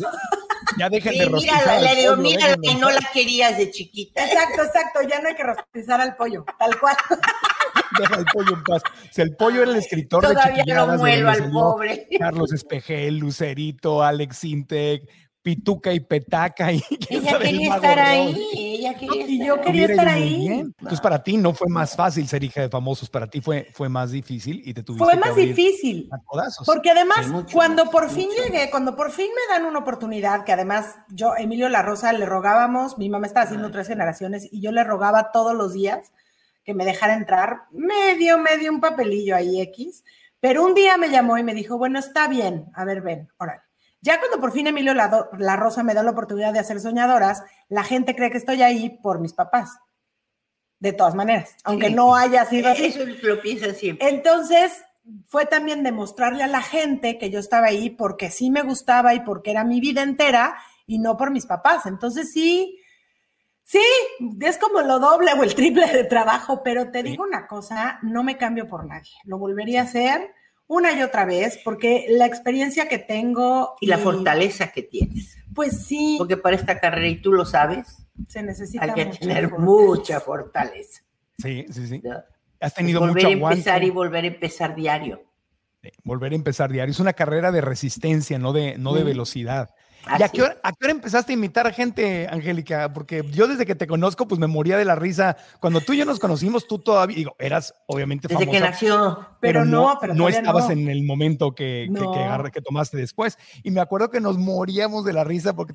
[SPEAKER 3] ya dejen
[SPEAKER 5] Sí,
[SPEAKER 3] de rostizar
[SPEAKER 5] mírala,
[SPEAKER 3] al
[SPEAKER 5] le digo,
[SPEAKER 3] pollo,
[SPEAKER 5] mírala,
[SPEAKER 3] dejen
[SPEAKER 5] que
[SPEAKER 3] de-
[SPEAKER 5] no la querías de chiquita.
[SPEAKER 6] Exacto, ya no hay que rostizar al pollo, tal cual.
[SPEAKER 3] Deja el pollo en paz. O sea, el pollo era el escritor de
[SPEAKER 5] Todavía
[SPEAKER 3] chiquilladas
[SPEAKER 5] lo
[SPEAKER 3] de
[SPEAKER 5] muelo
[SPEAKER 3] donde
[SPEAKER 5] al
[SPEAKER 3] salió
[SPEAKER 5] pobre.
[SPEAKER 3] Carlos Espejel, Lucerito, Alex Sintek, Pituca y Petaca. Y quién
[SPEAKER 5] Ella
[SPEAKER 3] sabe, el
[SPEAKER 5] quería
[SPEAKER 3] Mago
[SPEAKER 5] estar
[SPEAKER 3] Ross.
[SPEAKER 5] ahí, ella quería
[SPEAKER 6] Y
[SPEAKER 5] estar
[SPEAKER 6] yo
[SPEAKER 5] ahí.
[SPEAKER 6] quería
[SPEAKER 3] Hubiera
[SPEAKER 6] estar
[SPEAKER 3] ido muy
[SPEAKER 6] ahí.
[SPEAKER 3] bien. Entonces, para ti no fue más fácil ser hija de famosos, para ti fue más difícil y te tuviste
[SPEAKER 6] Fue
[SPEAKER 3] que
[SPEAKER 6] más
[SPEAKER 3] abrir
[SPEAKER 6] difícil.
[SPEAKER 3] a codazos.
[SPEAKER 6] Porque además,
[SPEAKER 5] Sí, mucho,
[SPEAKER 6] cuando
[SPEAKER 5] mucho,
[SPEAKER 6] por fin
[SPEAKER 5] mucho.
[SPEAKER 6] llegué, cuando por fin me dan una oportunidad, que además yo, Emilio La Rosa, le rogábamos, mi mamá estaba haciendo 3 generaciones, y yo le rogaba todos los días que me dejara entrar, medio un papelillo ahí X, pero un día me llamó y me dijo, bueno, está bien, a ver, ven, órale. Ya cuando por fin Emilio La Rosa me da la oportunidad de hacer Soñadoras, la gente cree que estoy ahí por mis papás. De todas maneras, aunque
[SPEAKER 5] Sí.
[SPEAKER 6] no haya sido así.
[SPEAKER 5] Eso lo piensan siempre.
[SPEAKER 6] Entonces, fue también demostrarle a la gente que yo estaba ahí porque sí me gustaba y porque era mi vida entera y no por mis papás. Entonces, sí, es como lo doble o el triple de trabajo, pero te digo una cosa, no me cambio por nadie. Lo volvería a hacer una y otra vez porque la experiencia que tengo
[SPEAKER 5] Y la fortaleza que tienes.
[SPEAKER 6] pues sí,
[SPEAKER 5] Porque para esta carrera, y tú lo sabes,
[SPEAKER 6] se necesita
[SPEAKER 5] hay que
[SPEAKER 6] mucha
[SPEAKER 5] tener
[SPEAKER 6] fortaleza.
[SPEAKER 5] mucha fortaleza.
[SPEAKER 3] Sí.
[SPEAKER 5] ¿No?
[SPEAKER 3] Has tenido
[SPEAKER 5] Volver
[SPEAKER 3] mucho
[SPEAKER 5] a
[SPEAKER 3] aguante.
[SPEAKER 5] empezar y volver a empezar diario.
[SPEAKER 3] Volver a empezar diario. Es una carrera de resistencia, no de velocidad. ¿Y a qué hora empezaste a imitar a gente, Angélica? Porque yo desde que te conozco, pues me moría de la risa. Cuando tú y yo nos conocimos, tú todavía, digo, eras obviamente
[SPEAKER 5] desde
[SPEAKER 3] famosa.
[SPEAKER 5] que nació.
[SPEAKER 6] Pero
[SPEAKER 3] no
[SPEAKER 6] todavía
[SPEAKER 3] estabas
[SPEAKER 6] no.
[SPEAKER 3] en el momento que tomaste después. Y me acuerdo que nos moríamos de la risa porque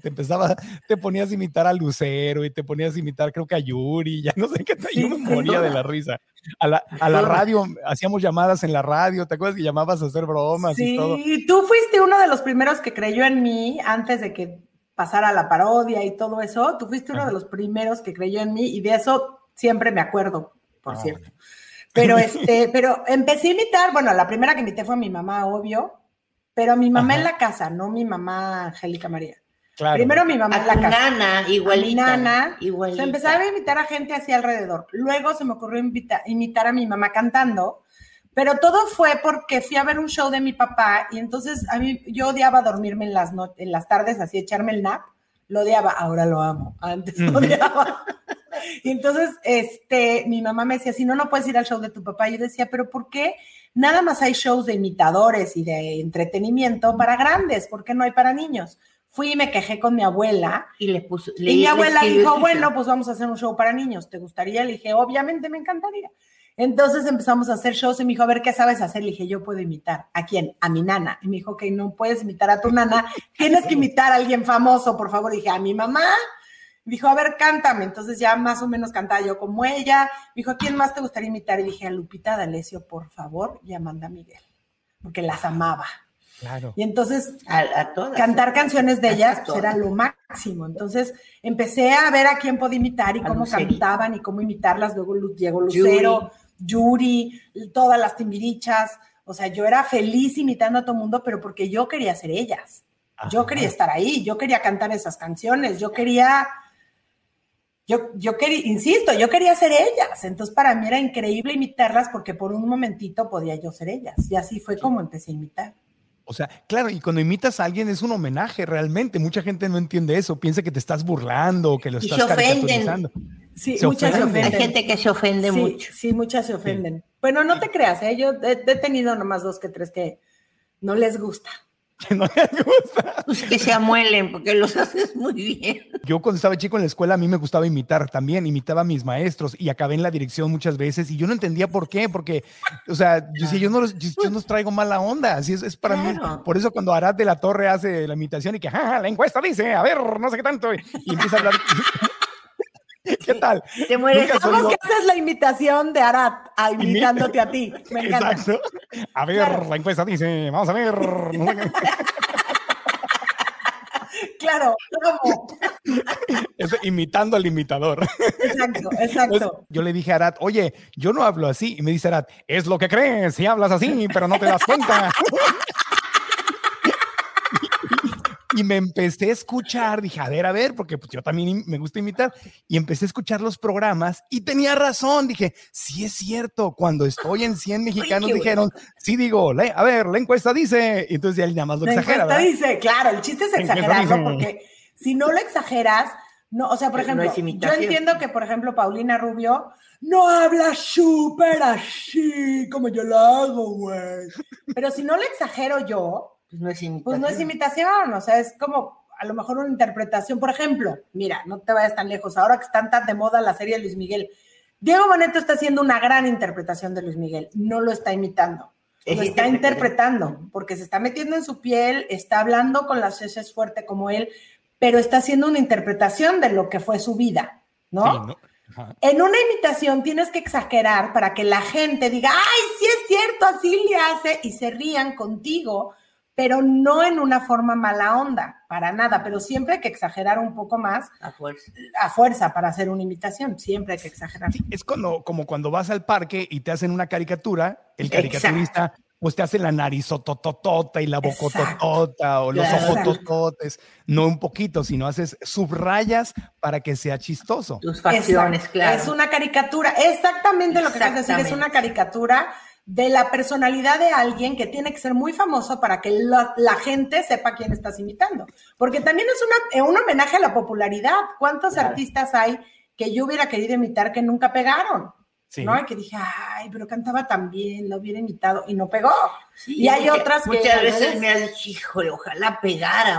[SPEAKER 3] te ponías a imitar a Lucero y te ponías a imitar, creo que a Yuri, ya no sé qué. Yo me moría de la risa. A la radio, hacíamos llamadas en la radio, ¿te acuerdas que llamabas a hacer bromas y todo?
[SPEAKER 6] Sí, tú fuiste uno de los primeros que creyó en mí antes de que pasara la parodia y todo eso. Tú fuiste uno de los primeros que creyó en mí y de eso siempre me acuerdo, por cierto. Pero empecé a imitar, bueno, la primera que imité fue a mi mamá, obvio, pero a mi mamá en la casa, no mi mamá Angélica María.
[SPEAKER 3] Claro.
[SPEAKER 6] Primero mi mamá en la casa.
[SPEAKER 5] Nana, igualita.
[SPEAKER 6] A mi nana.
[SPEAKER 5] Igualita.
[SPEAKER 6] O sea, empezaba a imitar a gente así alrededor. Luego se me ocurrió imitar a mi mamá cantando, pero todo fue porque fui a ver un show de mi papá y entonces yo odiaba dormirme en las tardes, así echarme el nap. Lo odiaba, ahora lo amo. Antes lo odiaba. Y entonces mi mamá me decía, si no puedes ir al show de tu papá. Y yo decía, ¿pero por qué nada más hay shows de imitadores y de entretenimiento para grandes? ¿Por qué no hay para niños? Fui y me quejé con mi abuela y mi abuela dijo, bueno, pues vamos a hacer un show para niños, ¿te gustaría? Le dije, obviamente me encantaría. Entonces empezamos a hacer shows y me dijo, a ver, ¿qué sabes hacer? Le dije, yo puedo imitar. ¿A quién? A mi nana. Y me dijo, que no puedes imitar a tu nana, tienes que imitar a alguien famoso, por favor. Y dije, a mi mamá. Me dijo, a ver, cántame. Entonces ya más o menos cantaba yo como ella. Me dijo, ¿a quién más te gustaría imitar? Y dije, a Lupita D'Alessio, por favor, y a Amanda Miguel, porque las amaba.
[SPEAKER 3] Claro.
[SPEAKER 6] Y entonces
[SPEAKER 5] a todas,
[SPEAKER 6] cantar canciones de ellas pues, era lo máximo. Entonces empecé a ver a quién podía imitar y cómo cantaban y cómo imitarlas. Luego llegó Lucero, Yuri, todas las Timbirichas. O sea, yo era feliz imitando a todo el mundo, pero porque yo quería ser ellas. Ajá. Yo quería estar ahí, yo quería cantar esas canciones, yo quería, insisto, yo quería ser ellas. Entonces para mí era increíble imitarlas porque por un momentito podía yo ser ellas. Y así fue como empecé a imitar.
[SPEAKER 3] O sea, claro, y cuando imitas a alguien es un homenaje realmente. Mucha gente no entiende eso, piensa que te estás burlando o que lo estás caricaturizando.
[SPEAKER 6] Sí, muchas se ofenden.
[SPEAKER 5] Hay gente que se ofende mucho.
[SPEAKER 6] Sí, muchas se ofenden. Sí. Bueno, no te creas, yo he tenido nomás 2 que 3 que no les gusta.
[SPEAKER 3] Que no les gusta.
[SPEAKER 5] Pues que se amuelen porque los haces muy bien.
[SPEAKER 3] Yo cuando estaba chico en la escuela a mí me gustaba imitar también, imitaba a mis maestros y acabé en la dirección muchas veces y yo no entendía por qué, porque, o sea, yo decía, yo no traigo mala onda, así es para mí. Por eso cuando Arad de la Torre hace la imitación y que, la encuesta dice, a ver, no sé qué tanto, y empieza a hablar... ¿Qué tal?
[SPEAKER 6] Te mueres. ¿Cómo que haces la imitación de Arad imitándote a ti? Me encanta.
[SPEAKER 3] Exacto. A ver, claro. La encuesta dice, vamos a ver.
[SPEAKER 6] Claro, ¿cómo?
[SPEAKER 3] Imitando al imitador.
[SPEAKER 6] Exacto.
[SPEAKER 3] Entonces, yo le dije a Arad, oye, yo no hablo así. Y me dice Arad, es lo que crees, si hablas así, pero no te das cuenta. Y me empecé a escuchar, dije, a ver, porque pues yo también me gusta imitar, y empecé a escuchar los programas y tenía razón, dije, sí es cierto, cuando estoy en 100 mexicanos dijeron, sí digo, a ver, la encuesta dice, y entonces ya nada más lo exagera, ¿verdad?
[SPEAKER 6] La encuesta dice, claro, el chiste es exagerarlo, porque si no lo exageras, no, o sea, por ejemplo, yo entiendo que, por ejemplo, Paulina Rubio no habla súper así, como yo lo hago, güey, pero si no lo exagero yo, pues no es imitación, o sea, es como a lo mejor una interpretación. Por ejemplo, mira, no te vayas tan lejos, ahora que están tan de moda la serie de Luis Miguel, Diego Boneta está haciendo una gran interpretación de Luis Miguel, no lo está imitando, lo está interpretando, porque se está metiendo en su piel, está hablando con las heces fuerte como él, pero está haciendo una interpretación de lo que fue su vida, ¿no? Sí, ¿no? Ajá. En una imitación tienes que exagerar para que la gente diga, ¡ay, sí es cierto, así le hace! Y se rían contigo, pero no en una forma mala onda, para nada, pero siempre hay que exagerar un poco más. A fuerza para hacer una imitación, siempre hay que exagerar.
[SPEAKER 3] Sí, es como cuando vas al parque y te hacen una caricatura, el caricaturista pues te hace la narizototota y la bocototota o los ojotototes, no un poquito, sino haces subrayas para que sea chistoso.
[SPEAKER 5] Tus facciones, claro.
[SPEAKER 6] Es una caricatura, exactamente lo que vas a decir, es una caricatura de la personalidad de alguien que tiene que ser muy famoso para que la gente sepa quién estás imitando. Porque también es un homenaje a la popularidad. ¿Cuántos artistas hay que yo hubiera querido imitar que nunca pegaron?
[SPEAKER 3] Sí.
[SPEAKER 6] ¿no? Y que dije, ay, pero cantaba tan bien, lo hubiera imitado y no pegó.
[SPEAKER 5] Sí,
[SPEAKER 6] y hay otras que...
[SPEAKER 5] Muchas veces me has dicho, híjole, ojalá pegara.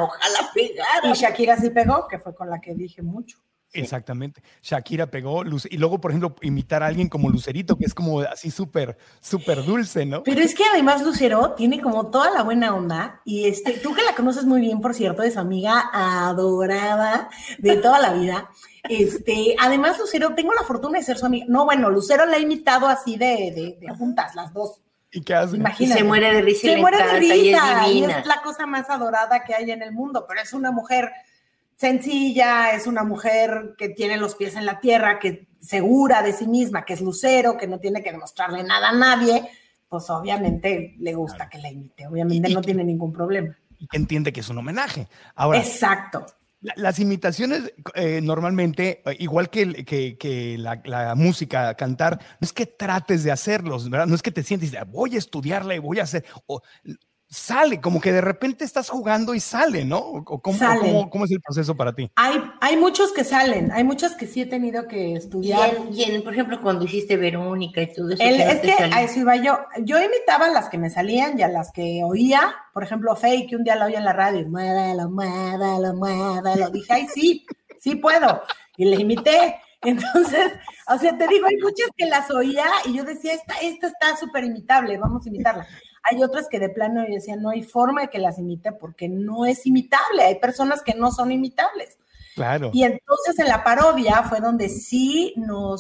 [SPEAKER 6] Y Shakira sí pegó, que fue con la que dije mucho.
[SPEAKER 3] Exactamente. Shakira pegó, y luego, por ejemplo, imitar a alguien como Lucerito, que es como así súper dulce, ¿no?
[SPEAKER 6] Pero es que además Lucero tiene como toda la buena onda, y tú que la conoces muy bien, por cierto, es amiga adorada de toda la vida. Además, Lucero, tengo la fortuna de ser su amiga. No, bueno, Lucero la he imitado así de juntas, las dos.
[SPEAKER 3] ¿Y qué hace?
[SPEAKER 6] Imagínate.
[SPEAKER 5] Y se muere de risa.
[SPEAKER 6] Se muere de risa,
[SPEAKER 5] y
[SPEAKER 6] y es la cosa más adorada que hay en el mundo, pero es una mujer sencilla, es una mujer que tiene los pies en la tierra, que segura de sí misma, que es Lucero, que no tiene que demostrarle nada a nadie, pues obviamente le gusta que la imite, obviamente no tiene ningún problema.
[SPEAKER 3] Y que entiende que es un homenaje. Ahora,
[SPEAKER 6] exacto.
[SPEAKER 3] Las imitaciones normalmente, igual que la música, cantar, no es que trates de hacerlos, ¿verdad? No es que te sientes, voy a estudiarla y voy a hacer... sale, como que de repente estás jugando y sale, ¿no? ¿Cómo es el proceso para ti?
[SPEAKER 6] Hay muchos que salen, hay muchas que sí he tenido que estudiar.
[SPEAKER 5] Por ejemplo, cuando hiciste Verónica y todo eso.
[SPEAKER 6] Es que a eso iba yo. Yo imitaba a las que me salían y a las que oía. Por ejemplo, Faye, que un día la oía en la radio. Muévelo, muévelo, muévelo. Dije, ay, sí puedo. Y le imité. Entonces, o sea, te digo, hay muchas que las oía y yo decía, esta está súper imitable, vamos a imitarla. Hay otras que de plano yo decía, no hay forma de que las imite porque no es imitable. Hay personas que no son imitables.
[SPEAKER 3] Claro.
[SPEAKER 6] Y entonces en la parodia fue donde sí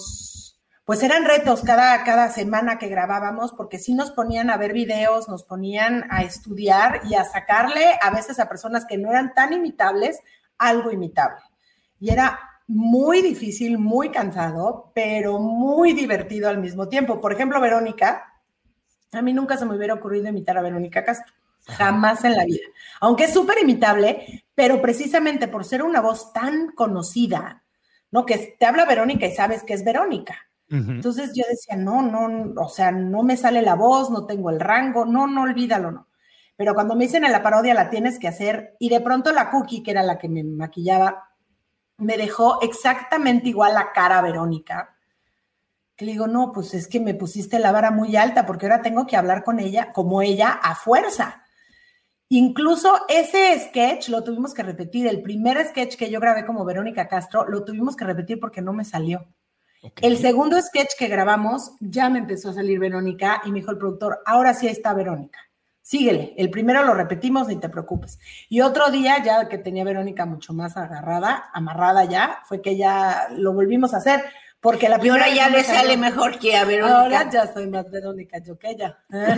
[SPEAKER 6] pues eran retos cada semana que grabábamos, porque sí nos ponían a ver videos, nos ponían a estudiar y a sacarle a veces a personas que no eran tan imitables algo imitable. Y era muy difícil, muy cansado, pero muy divertido al mismo tiempo. Por ejemplo, Verónica, a mí nunca se me hubiera ocurrido imitar a Verónica Castro, jamás en la vida. Aunque es súper imitable, pero precisamente por ser una voz tan conocida, ¿no? Que te habla Verónica y sabes que es Verónica. Uh-huh. Entonces yo decía, no, o sea, no me sale la voz, no tengo el rango, no, olvídalo, no. Pero cuando me dicen en la parodia la tienes que hacer, y de pronto la Cookie, que era la que me maquillaba, me dejó exactamente igual la cara a Verónica, que le digo, no, pues es que me pusiste la vara muy alta porque ahora tengo que hablar con ella, como ella, a fuerza. Incluso ese sketch lo tuvimos que repetir, el primer sketch que yo grabé como Verónica Castro, lo tuvimos que repetir porque no me salió. Okay. El segundo sketch que grabamos, ya me empezó a salir Verónica y me dijo el productor, ahora sí está Verónica, síguele, el primero lo repetimos, ni te preocupes. Y otro día, ya que tenía Verónica mucho más amarrada ya, fue que ya lo volvimos a hacer. Porque la primera
[SPEAKER 5] ya le sale mejor que a Verónica.
[SPEAKER 6] Ahora ya soy más Verónica yo que ella.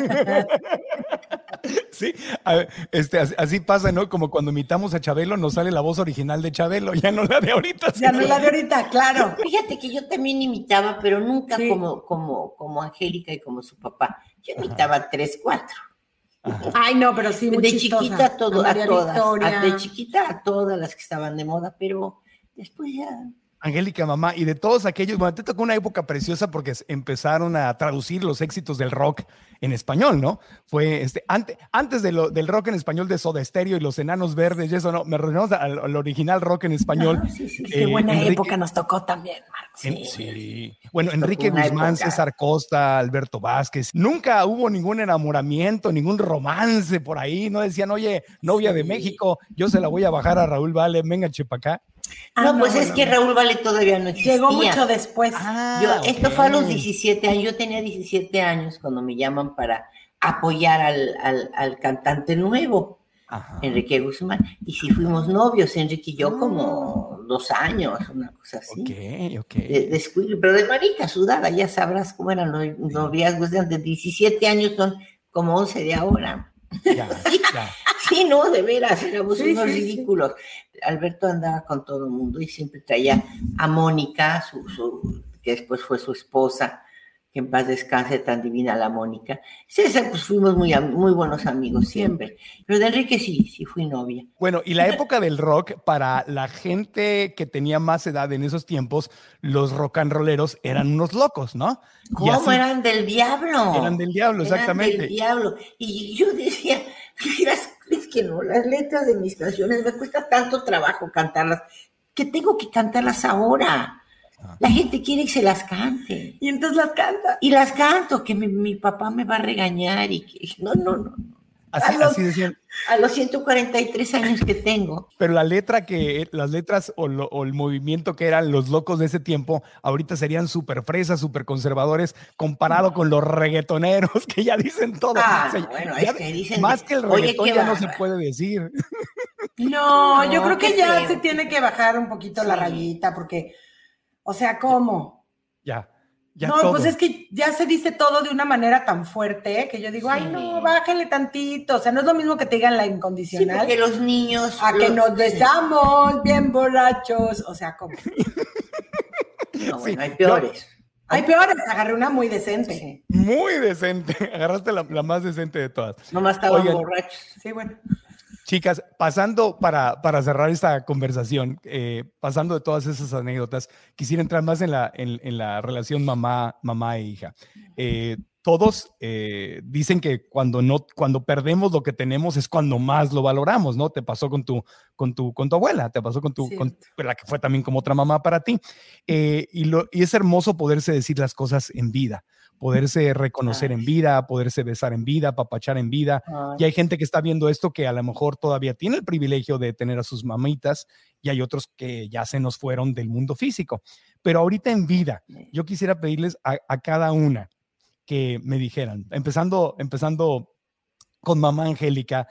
[SPEAKER 3] Sí, así pasa, ¿no? Como cuando imitamos a Chabelo, nos sale la voz original de Chabelo, ya no la de ahorita.
[SPEAKER 6] Ya no la de ahorita, claro.
[SPEAKER 5] Fíjate que yo también imitaba, pero nunca como Angélica y como su papá. Yo imitaba 3, 4.
[SPEAKER 6] Ajá. Ay, no, pero sí, muy chistosa.
[SPEAKER 5] Chiquita a todas. De chiquita a todas las que estaban de moda, pero después ya...
[SPEAKER 3] Angélica, mamá, y de todos aquellos, bueno, te tocó una época preciosa porque empezaron a traducir los éxitos del rock en español, ¿no? Fue antes del rock en español de Soda Stereo y los Enanos Verdes y eso, ¿no? Me referimos al original rock en español.
[SPEAKER 6] Sí. Qué buena época nos tocó también, Marco.
[SPEAKER 3] Sí. Bueno, Enrique Guzmán, César Costa, Alberto Vázquez. Nunca hubo ningún enamoramiento, ningún romance por ahí. No decían, oye, novia de México, yo se la voy a bajar a Raúl Vale, venga, chepa acá.
[SPEAKER 5] Pues es que Raúl Vale todavía no existía.
[SPEAKER 6] Llegó mucho después.
[SPEAKER 5] Esto fue a los 17 años. Yo tenía 17 años cuando me llaman para apoyar al cantante nuevo, Enrique Guzmán. Y sí fuimos novios, Enrique y yo, como 2 años, una cosa así.
[SPEAKER 3] Ok.
[SPEAKER 5] Pero de marica sudada, ya sabrás cómo eran los noviazgos de antes. 17 años son como 11 de ahora.
[SPEAKER 3] Ya.
[SPEAKER 5] Sí, no, de veras, éramos unos ridículos. Alberto andaba con todo el mundo y siempre traía a Mónica, que después fue su esposa, que en paz descanse, tan divina la Mónica. César, pues fuimos muy buenos amigos siempre. Pero de Enrique sí fui novia.
[SPEAKER 3] Bueno, y la época del rock, para la gente que tenía más edad en esos tiempos, los rock and rolleros eran unos locos, ¿no?
[SPEAKER 5] ¿Cómo? Eran del diablo.
[SPEAKER 3] Eran del diablo, exactamente.
[SPEAKER 5] Eran del diablo. Y yo decía, es que no, las letras de mis canciones me cuesta tanto trabajo cantarlas, que tengo que cantarlas ahora. La gente quiere que se las cante.
[SPEAKER 6] Y entonces las canta.
[SPEAKER 5] Y las canto, que mi papá me va a regañar y que... No.
[SPEAKER 3] Así decían.
[SPEAKER 5] A los 143 años que tengo.
[SPEAKER 3] Pero las letras o el movimiento que eran los locos de ese tiempo, ahorita serían súper fresas, súper conservadores, comparado con los reggaetoneros que ya dicen todo.
[SPEAKER 5] Es que dicen...
[SPEAKER 3] Más que el reggaetón ya no se puede decir.
[SPEAKER 6] No, yo creo que ya se tiene que bajar un poquito la rayita, porque, o sea, ¿cómo?
[SPEAKER 3] Ya
[SPEAKER 6] no,
[SPEAKER 3] todo.
[SPEAKER 6] Pues es que ya se dice todo de una manera tan fuerte que yo digo, ay, no, bájale tantito. O sea, no es lo mismo que te digan la incondicional.
[SPEAKER 5] Sí, porque los niños...
[SPEAKER 6] que nos besamos bien borrachos. O sea, ¿cómo?
[SPEAKER 5] No, bueno, hay peores.
[SPEAKER 6] Hay peores, agarré una muy decente.
[SPEAKER 5] Sí.
[SPEAKER 3] Muy decente, agarraste la más decente de todas.
[SPEAKER 5] Nomás estaban borrachos.
[SPEAKER 6] Sí, bueno.
[SPEAKER 3] Chicas, pasando para cerrar esta conversación, pasando de todas esas anécdotas, quisiera entrar más en la relación mamá e hija. Todos dicen que cuando perdemos lo que tenemos es cuando más lo valoramos, ¿no? Te pasó con tu abuela, te pasó con la que fue también como otra mamá para ti. Y es hermoso poderse decir las cosas en vida, poderse reconocer en vida, poderse besar en vida, apapachar en vida. Y hay gente que está viendo esto que a lo mejor todavía tiene el privilegio de tener a sus mamitas y hay otros que ya se nos fueron del mundo físico. Pero ahorita en vida, yo quisiera pedirles a cada una que me dijeran, empezando con mamá Angélica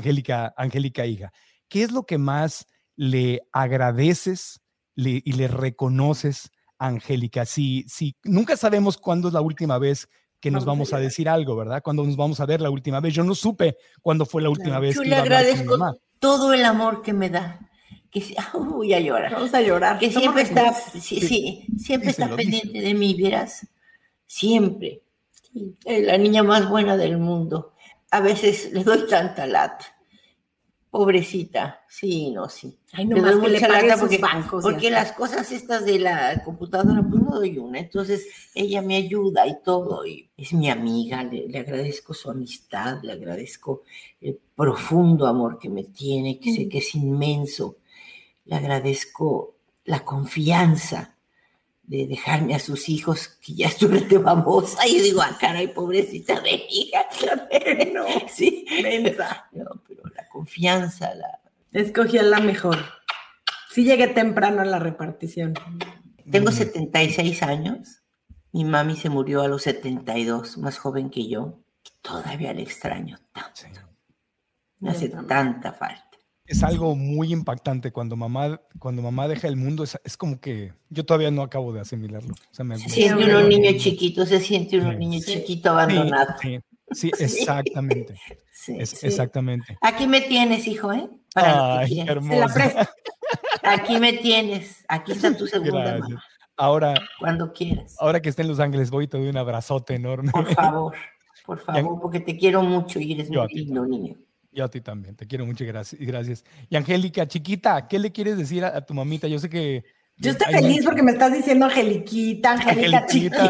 [SPEAKER 3] hija, ¿qué es lo que más le agradeces y le reconoces a Angélica? Si nunca sabemos cuándo es la última vez que nos vamos a decir algo, ¿verdad? Cuándo nos vamos a ver la última vez. Yo no supe cuándo fue la última vez
[SPEAKER 5] que
[SPEAKER 3] le
[SPEAKER 5] iba a hablar con mi mamá.
[SPEAKER 3] Agradezco
[SPEAKER 5] todo el amor que me da. Voy a llorar.
[SPEAKER 6] Vamos a llorar.
[SPEAKER 5] Que siempre está, siempre está pendiente de mí, ¿vieras? Siempre. Es la niña más buena del mundo. A veces le doy tanta lata. Pobrecita. Sí.
[SPEAKER 6] Ay, no más que le pague sus bancos.
[SPEAKER 5] Porque las cosas estas de la computadora, pues no doy una. Entonces, ella me ayuda y todo. Y es mi amiga. Le agradezco su amistad. Le agradezco el profundo amor que me tiene, que sé que es inmenso. Le agradezco la confianza de dejarme a sus hijos, que ya estuve de famosa, y digo, caray, pobrecita de mi hija.
[SPEAKER 6] No,
[SPEAKER 5] sí,
[SPEAKER 6] mensa.
[SPEAKER 5] No, pero la confianza,
[SPEAKER 6] Escogí a la mejor. Sí llegué temprano a la repartición.
[SPEAKER 5] Tengo 76 años, mi mami se murió a los 72, más joven que yo, y todavía la extraño tanto. Sí. Me hace tanta falta.
[SPEAKER 3] Es algo muy impactante cuando mamá deja el mundo, es como que yo todavía no acabo de asimilarlo. O sea,
[SPEAKER 5] se siente uno niño chiquito, chiquito abandonado.
[SPEAKER 3] Sí, exactamente. Exactamente.
[SPEAKER 5] Aquí me tienes, hijo,
[SPEAKER 3] Ay, hermosa.
[SPEAKER 5] Aquí me tienes, aquí está tu segunda mamá.
[SPEAKER 3] Ahora,
[SPEAKER 5] cuando quieras.
[SPEAKER 3] Ahora que esté en Los Ángeles voy y te doy un abrazote enorme.
[SPEAKER 5] Por favor, porque te quiero mucho y eres muy lindo, niño.
[SPEAKER 3] Yo a ti también, te quiero mucho y gracias. Y Angélica, chiquita, ¿qué le quieres decir a tu mamita? Yo sé que...
[SPEAKER 6] Yo estoy feliz porque me estás diciendo Angeliquita chiquita.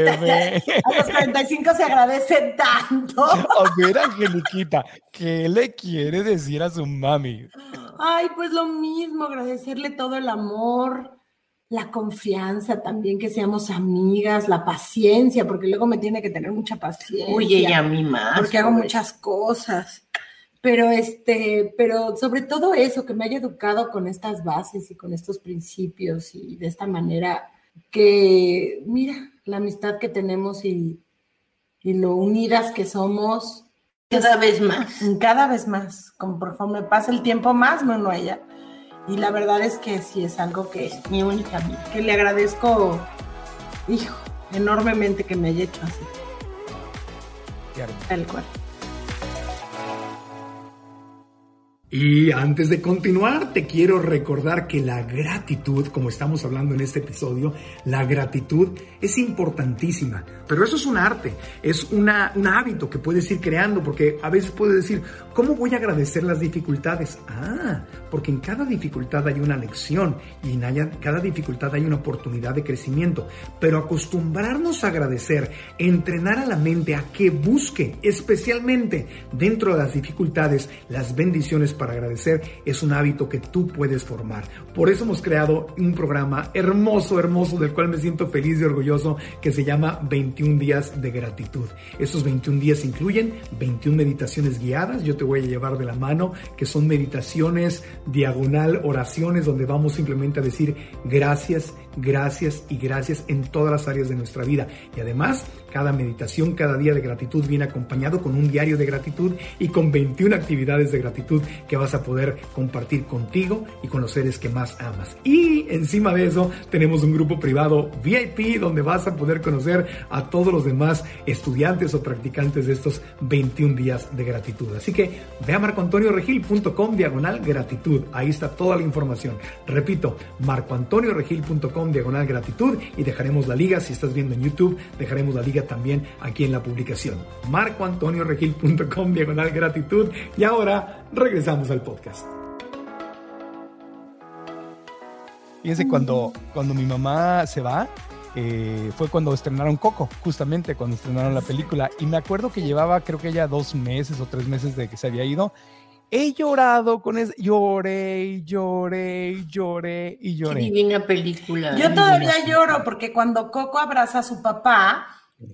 [SPEAKER 6] A los 45 se agradece tanto.
[SPEAKER 3] A ver, Angeliquita, ¿qué le quiere decir a su mami?
[SPEAKER 6] Ay, pues lo mismo, agradecerle todo el amor, la confianza también, que seamos amigas, la paciencia, porque luego me tiene que tener mucha paciencia.
[SPEAKER 5] Uy, ella a mí más.
[SPEAKER 6] Porque hago muchas cosas. Pero sobre todo eso, que me haya educado con estas bases y con estos principios y de esta manera que, mira, la amistad que tenemos y lo unidas que somos.
[SPEAKER 5] Cada vez más.
[SPEAKER 6] Conforme pasa el tiempo más me uno a ella. Y la verdad es que sí es algo que
[SPEAKER 5] es mi única amiga.
[SPEAKER 6] Que le agradezco, enormemente que me haya hecho así.
[SPEAKER 3] Claro.
[SPEAKER 6] Tal cual.
[SPEAKER 7] Y antes de continuar, te quiero recordar que la gratitud, como estamos hablando en este episodio, la gratitud es importantísima, pero eso es un arte, es un hábito que puedes ir creando, porque a veces puedes decir, ¿cómo voy a agradecer las dificultades? Porque en cada dificultad hay una lección y en cada dificultad hay una oportunidad de crecimiento, pero acostumbrarnos a agradecer, entrenar a la mente a que busque, especialmente dentro de las dificultades, las bendiciones para agradecer es un hábito que tú puedes formar. Por eso hemos creado un programa hermoso, hermoso, del cual me siento feliz y orgulloso, que se llama 21 días de gratitud. Esos 21 días incluyen 21 meditaciones guiadas. Yo te voy a llevar de la mano, que son meditaciones diagonal, oraciones, donde vamos simplemente a decir gracias, gracias y gracias en todas las áreas de nuestra vida. Y además, cada meditación, cada día de gratitud viene acompañado con un diario de gratitud y con 21 actividades de gratitud que vas a poder compartir contigo y con los seres que más amas. Y encima de eso tenemos un grupo privado VIP donde vas a poder conocer a todos los demás estudiantes o practicantes de estos 21 días de gratitud. Así que ve a marcoantonioregil.com/gratitud. Ahí está toda la información. Repito, marcoantonioregil.com/gratitud, y dejaremos la liga. Si estás viendo en YouTube, dejaremos la liga también aquí en la publicación. marcoantonioregil.com/gratitud. Y ahora regresamos al podcast.
[SPEAKER 3] Fíjense, cuando mi mamá se va, fue cuando estrenaron Coco, justamente cuando estrenaron la película. Y me acuerdo que llevaba, creo que ya 2 meses o 3 meses de que se había ido. He llorado con eso, lloré.
[SPEAKER 5] Qué divina película.
[SPEAKER 6] Yo todavía lloro porque cuando Coco abraza a su papá,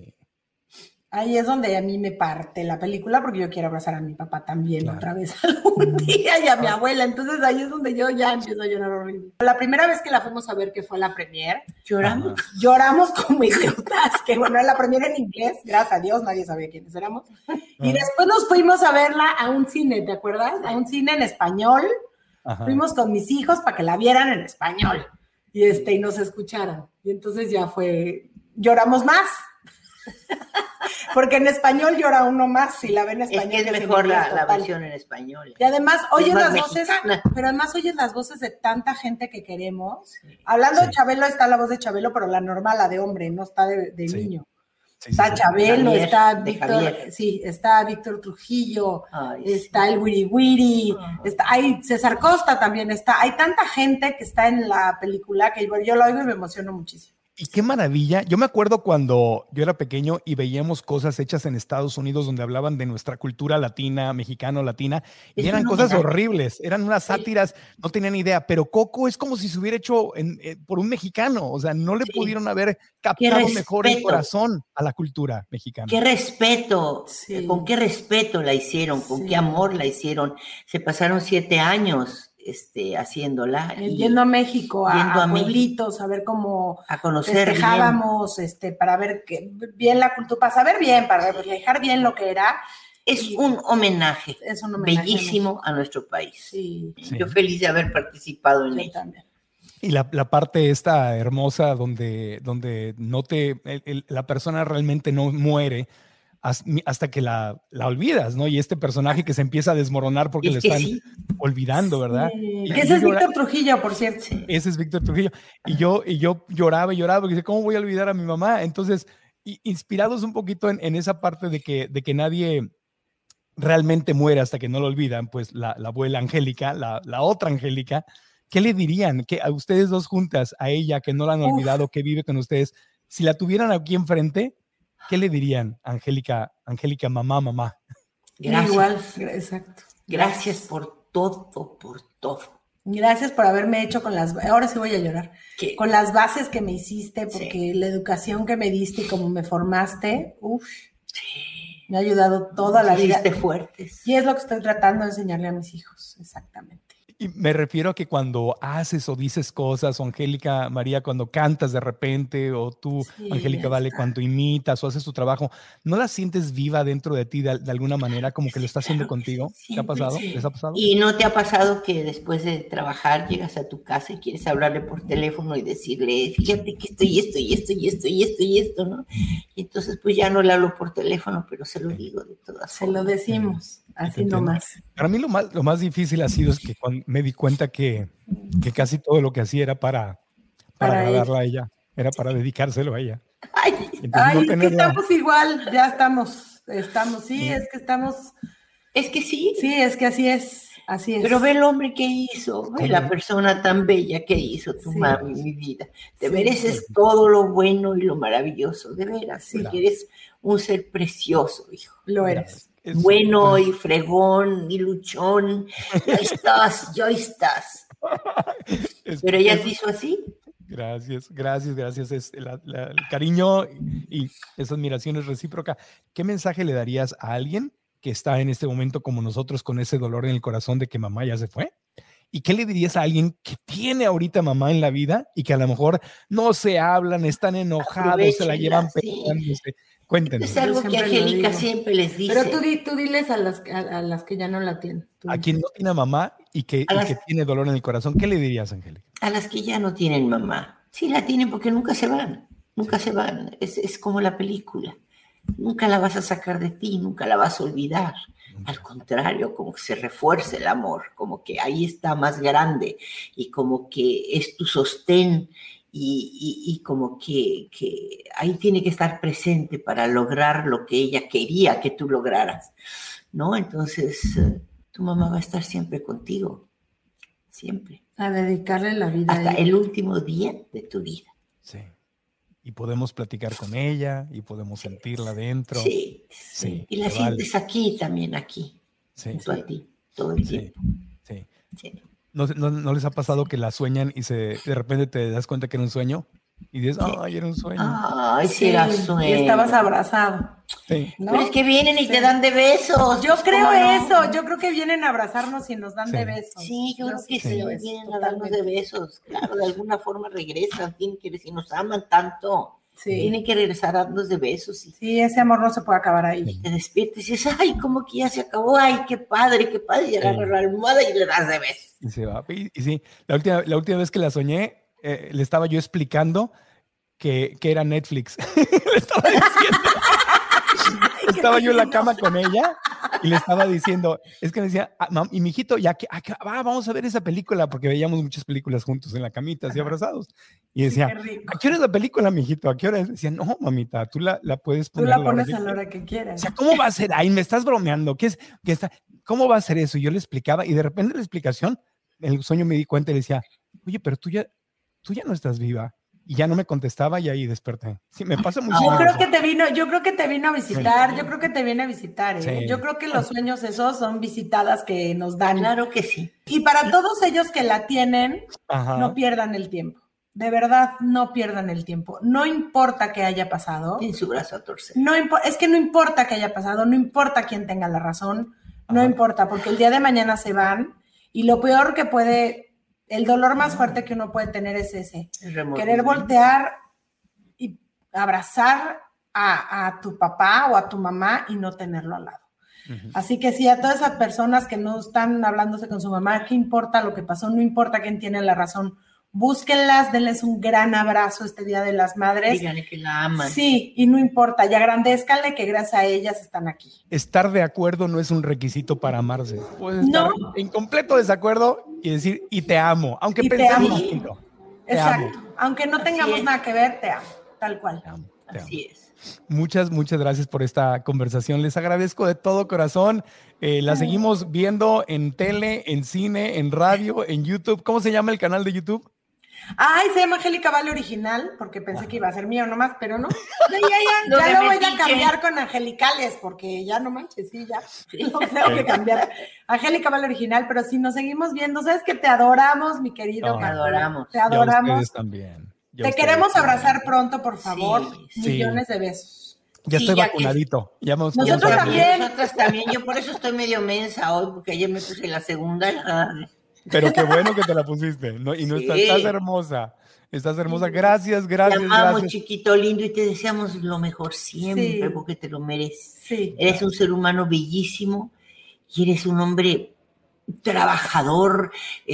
[SPEAKER 6] ahí es donde a mí me parte la película, porque yo quiero abrazar a mi papá también otra vez algún día, y a mi abuela. Entonces ahí es donde yo ya empiezo a llorar horrible. La primera vez que la fuimos a ver, que fue la premier, lloramos como idiotas, que bueno, era la premier en inglés, gracias a Dios, nadie sabía quiénes éramos. Y después nos fuimos a verla a un cine, ¿te acuerdas? A un cine en español. Fuimos con mis hijos para que la vieran en español y nos escucharan. Y entonces ya lloramos más. Porque en español llora uno más si la ven en español.
[SPEAKER 5] Es mejor la versión en español.
[SPEAKER 6] Y además oyes las voces, pero además oyes las voces de tanta gente que queremos. Sí. Hablando de Chabelo, está la voz de Chabelo, pero la normal, la de hombre, no está de niño. Está Chabelo, Javier, está Víctor, está Víctor Trujillo, está el Wiri Wiri, hay César Costa también está. Hay tanta gente que está en la película que yo lo oigo y me emociono muchísimo.
[SPEAKER 3] Y qué maravilla. Yo me acuerdo cuando yo era pequeño y veíamos cosas hechas en Estados Unidos donde hablaban de nuestra cultura latina, mexicano-latina, y eran cosas horribles, eran unas sátiras, no tenían idea, pero Coco es como si se hubiera hecho por un mexicano, o sea, no le pudieron haber captado mejor el corazón a la cultura mexicana.
[SPEAKER 5] Qué respeto, con qué respeto la hicieron, con qué amor la hicieron. Se pasaron 7 años haciéndola.
[SPEAKER 6] Yendo a México, a pueblitos, a ver cómo
[SPEAKER 5] a conocer
[SPEAKER 6] festejábamos, para ver bien la cultura, para saber bien, para reflejar bien lo que era.
[SPEAKER 5] Es un homenaje bellísimo a nuestro país. Sí. Yo feliz de haber participado en ello. También.
[SPEAKER 3] Y la parte esta hermosa donde la persona realmente no muere hasta que la olvidas, ¿no? Y este personaje que se empieza a desmoronar porque le están olvidando, ¿verdad?
[SPEAKER 6] Y ese es Víctor Trujillo, por cierto.
[SPEAKER 3] Ese es Víctor Trujillo. Y yo lloraba porque dice, ¿cómo voy a olvidar a mi mamá? Entonces, inspirados un poquito en esa parte de que nadie realmente muere hasta que no lo olvidan, pues la abuela Angélica, la otra Angélica, ¿qué le dirían? Que a ustedes dos juntas, a ella que no la han olvidado, que vive con ustedes, si la tuvieran aquí enfrente, ¿qué le dirían, Angélica, mamá?
[SPEAKER 6] Gracias. Igual, exacto.
[SPEAKER 5] Gracias por todo.
[SPEAKER 6] Gracias por haberme hecho ahora sí voy a llorar, con las bases que me hiciste, porque la educación que me diste y cómo me formaste, me ha ayudado toda la vida.
[SPEAKER 5] Fuertes.
[SPEAKER 6] Y es lo que estoy tratando de enseñarle a mis hijos, exactamente.
[SPEAKER 3] Y me refiero a que cuando haces o dices cosas, o Angélica María, cuando cantas de repente, o tú, Angélica Vale, cuando imitas o haces tu trabajo, ¿no la sientes viva dentro de ti de alguna manera, como que lo está haciendo contigo? ¿Te ha pasado? ¿Les ha pasado?
[SPEAKER 5] ¿Y no te ha pasado que después de trabajar llegas a tu casa y quieres hablarle por teléfono y decirle, fíjate que esto, ¿no? Y entonces pues ya no le hablo por teléfono, pero se lo digo de todas formas.
[SPEAKER 6] Se lo decimos. Así nomás.
[SPEAKER 3] Para mí lo más difícil ha sido es que cuando me di cuenta que casi todo lo que hacía era para agradarla a ella, era para dedicárselo a ella.
[SPEAKER 6] Es que estamos igual, ya estamos, sí, es que estamos.
[SPEAKER 5] Es que sí.
[SPEAKER 6] Sí, es que así es.
[SPEAKER 5] Pero ve el hombre que hizo, ve la persona tan bella que hizo tu mami, mi vida. Te mereces todo lo bueno y lo maravilloso, de veras. Sí, que eres un ser precioso, hijo.
[SPEAKER 6] Lo eres.
[SPEAKER 5] bueno y fregón y luchón. Ya estás. Pero ella te hizo así.
[SPEAKER 3] Gracias. Es el cariño y esa admiración es recíproca. ¿Qué mensaje le darías a alguien que está en este momento como nosotros con ese dolor en el corazón de que mamá ya se fue? ¿Y qué le dirías a alguien que tiene ahorita mamá en la vida y que a lo mejor no se hablan, están enojados, se la llevan peleándose? Cuéntenos.
[SPEAKER 5] Es algo que Angélica siempre les dice.
[SPEAKER 6] Pero tú diles a las que ya no la tienen.
[SPEAKER 3] A quien no tiene mamá y que tiene dolor en el corazón, ¿qué le dirías, Angélica?
[SPEAKER 5] A las que ya no tienen mamá. Sí la tienen porque nunca se van. Es como la película. Nunca la vas a sacar de ti, nunca la vas a olvidar. Al contrario, como que se refuerza el amor, como que ahí está más grande y como que es tu sostén y como que ahí tiene que estar presente para lograr lo que ella quería que tú lograras, ¿no? Entonces, tu mamá va a estar siempre contigo, siempre.
[SPEAKER 6] A dedicarle la vida.
[SPEAKER 5] Hasta el último día de tu vida.
[SPEAKER 3] Sí. Y podemos platicar con ella y podemos sentirla dentro.
[SPEAKER 5] Sí. Y la sientes aquí también, aquí. Junto a ti, todo el tiempo.
[SPEAKER 3] Sí. ¿No les ha pasado que la sueñan y de repente te das cuenta que era un sueño? Y dices, ay, era un sueño.
[SPEAKER 5] Ay, sí, era sueño.
[SPEAKER 6] Y estabas abrazado.
[SPEAKER 3] Sí.
[SPEAKER 5] ¿No? Pero es que vienen y te dan de besos.
[SPEAKER 6] Yo creo eso. Yo creo que vienen a abrazarnos y nos dan de besos.
[SPEAKER 5] Sí, yo creo que sí. Vienen a darnos de besos. Claro, de alguna forma regresan. Tienen que, si nos aman tanto, tienen que regresar a darnos de besos.
[SPEAKER 6] Sí, ese amor no se puede acabar ahí.
[SPEAKER 5] Y te despiertas y dices, ay, como que ya se acabó. Ay, qué padre. Y agarras la almohada y le das de besos.
[SPEAKER 3] Y se va. Y sí, la última vez que la soñé, le estaba yo explicando que era Netflix. Le estaba diciendo. Estaba yo en la cama con ella y le estaba diciendo, es que me decía, y mijito, vamos a ver esa película, porque veíamos muchas películas juntos en la camita, así abrazados. Y decía, ¿a qué hora es la película, mijito? ¿A qué hora es? Decía, no, mamita, tú la puedes poner.
[SPEAKER 6] Tú la pones a la hora que quieras.
[SPEAKER 3] O sea, ¿cómo va a ser? Ay, me estás bromeando. ¿Cómo va a ser eso? Y yo le explicaba, y de repente la explicación, en el sueño me di cuenta y le decía, oye, pero tú ya no estás viva. Y ya no me contestaba y ahí desperté. Sí, me pasa mucho.
[SPEAKER 6] Yo creo que te vino a visitar. Sí. Yo creo que te viene a visitar. Sí. Yo creo que los sueños esos son visitadas que nos dan.
[SPEAKER 5] Claro que sí.
[SPEAKER 6] Y para todos ellos que la tienen, no pierdan el tiempo. De verdad, no pierdan el tiempo. No importa que haya pasado.
[SPEAKER 5] En su brazo a torcer.
[SPEAKER 6] Es que no importa que haya pasado, no importa quién tenga la razón, no importa, porque el día de mañana se van y lo peor que puede... El dolor más fuerte que uno puede tener es ese. Querer voltear y abrazar a tu papá o a tu mamá y no tenerlo al lado. Uh-huh. Así que sí, a todas esas personas que no están hablándose con su mamá, ¿qué importa lo que pasó? No importa quién tiene la razón. Búsquenlas, denles un gran abrazo este Día de las Madres.
[SPEAKER 5] Díganle que la aman.
[SPEAKER 6] Sí, y no importa, y agrandézcanle que gracias a ellas están aquí.
[SPEAKER 3] Estar de acuerdo no es un requisito para amarse. Puedes estar en completo desacuerdo y decir, y te amo, aunque pensemos distinto.
[SPEAKER 6] Exacto, aunque no tengamos nada que ver, te amo, tal cual.
[SPEAKER 5] Así es.
[SPEAKER 3] Muchas gracias por esta conversación. Les agradezco de todo corazón. La seguimos viendo en tele, en cine, en radio, en YouTube. ¿Cómo se llama el canal de YouTube?
[SPEAKER 6] Ay, se llama Angélica Vale Original, porque pensé que iba a ser mío nomás, pero no. Ya lo voy a cambiar con Angelicales, porque ya no manches, ya lo tengo que cambiar. Angélica Vale Original, pero si nos seguimos viendo, sabes que te adoramos, mi querido.
[SPEAKER 5] Te adoramos.
[SPEAKER 6] Te adoramos.
[SPEAKER 3] Ya ustedes también.
[SPEAKER 6] Te queremos abrazar pronto, por favor. Millones de besos.
[SPEAKER 3] Ya estoy vacunadito.
[SPEAKER 6] Nosotros también.
[SPEAKER 5] Nosotras también. Yo por eso estoy medio mensa hoy, porque ayer me puse la segunda.
[SPEAKER 3] Pero qué bueno que te la pusiste, ¿no? Y no estás hermosa. Estás hermosa. Gracias.
[SPEAKER 5] Te amamos, chiquito lindo, y te deseamos lo mejor siempre, porque te lo mereces. Sí. Eres un ser humano bellísimo y eres un hombre trabajador.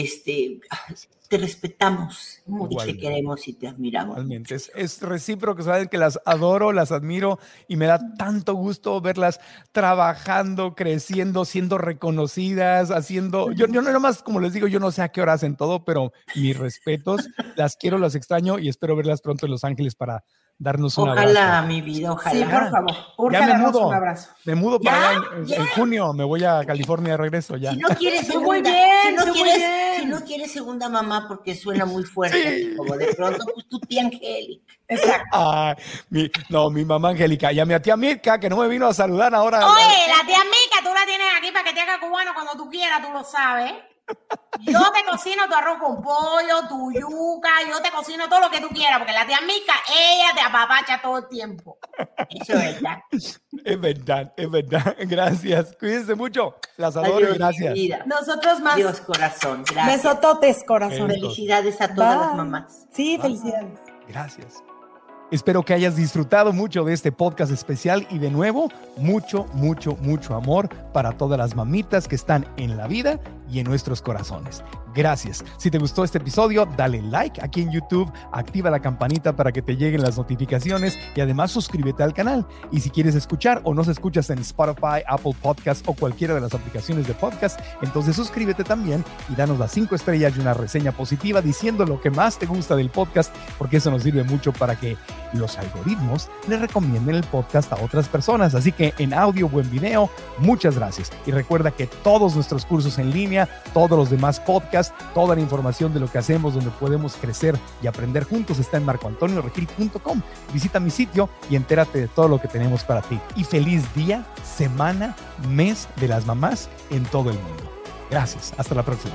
[SPEAKER 5] Te respetamos y te queremos y te admiramos.
[SPEAKER 3] Realmente es recíproco, saben que las adoro, las admiro y me da tanto gusto verlas trabajando, creciendo, siendo reconocidas, haciendo... Yo no nomás, como les digo, yo no sé a qué hora hacen todo, pero mis respetos, las quiero, las extraño y espero verlas pronto en Los Ángeles para darnos un abrazo.
[SPEAKER 5] Ojalá, mi vida, ojalá.
[SPEAKER 6] Sí, por favor.
[SPEAKER 3] Ya me mudo. Un abrazo. Me mudo para allá en junio. Me voy a California de regreso ya.
[SPEAKER 5] Si no quieres segunda, si no quieres segunda mamá, porque suena muy fuerte, como de pronto, pues tu tía Angélica.
[SPEAKER 6] Exacto.
[SPEAKER 3] Mi mamá Angélica. Y a mi tía Mirka, que no me vino a saludar ahora.
[SPEAKER 8] Oye, la tía Mirka
[SPEAKER 6] tú la tienes aquí para que te haga cubano cuando tú quieras, tú lo sabes. Yo te cocino tu arroz con pollo, tu yuca, yo te cocino todo lo que tú quieras, porque la tía Mica, ella te apapacha todo el tiempo. Eso es verdad.
[SPEAKER 3] Es verdad, es verdad. Gracias. Cuídense mucho. Las adoro y gracias.
[SPEAKER 5] Vida.
[SPEAKER 6] Nosotros más.
[SPEAKER 5] Dios, corazón. Gracias.
[SPEAKER 6] Besototes, corazón.
[SPEAKER 5] Felicidades a todas
[SPEAKER 6] Bye.
[SPEAKER 5] las mamás.
[SPEAKER 6] Sí, felicidades.
[SPEAKER 3] Gracias. Espero que hayas disfrutado mucho de este podcast especial y de nuevo, mucho, mucho, mucho amor para todas las mamitas que están en la vida y en nuestros corazones. Gracias. Si te gustó este episodio, dale like aquí en YouTube, activa la campanita para que te lleguen las notificaciones y además suscríbete al canal. Y si quieres escuchar o nos escuchas en Spotify, Apple Podcasts o cualquiera de las aplicaciones de podcast, entonces suscríbete también y danos las 5 estrellas y una reseña positiva diciendo lo que más te gusta del podcast, porque eso nos sirve mucho para que los algoritmos le recomienden el podcast a otras personas. Así que en audio o en video, muchas gracias. Y recuerda que todos nuestros cursos en línea, todos los demás podcasts, toda la información de lo que hacemos, donde podemos crecer y aprender juntos, está en marcoantonioregil.com. Visita mi sitio y entérate de todo lo que tenemos para ti. Y feliz día, semana, mes de las mamás en todo el mundo. Gracias. Hasta la próxima.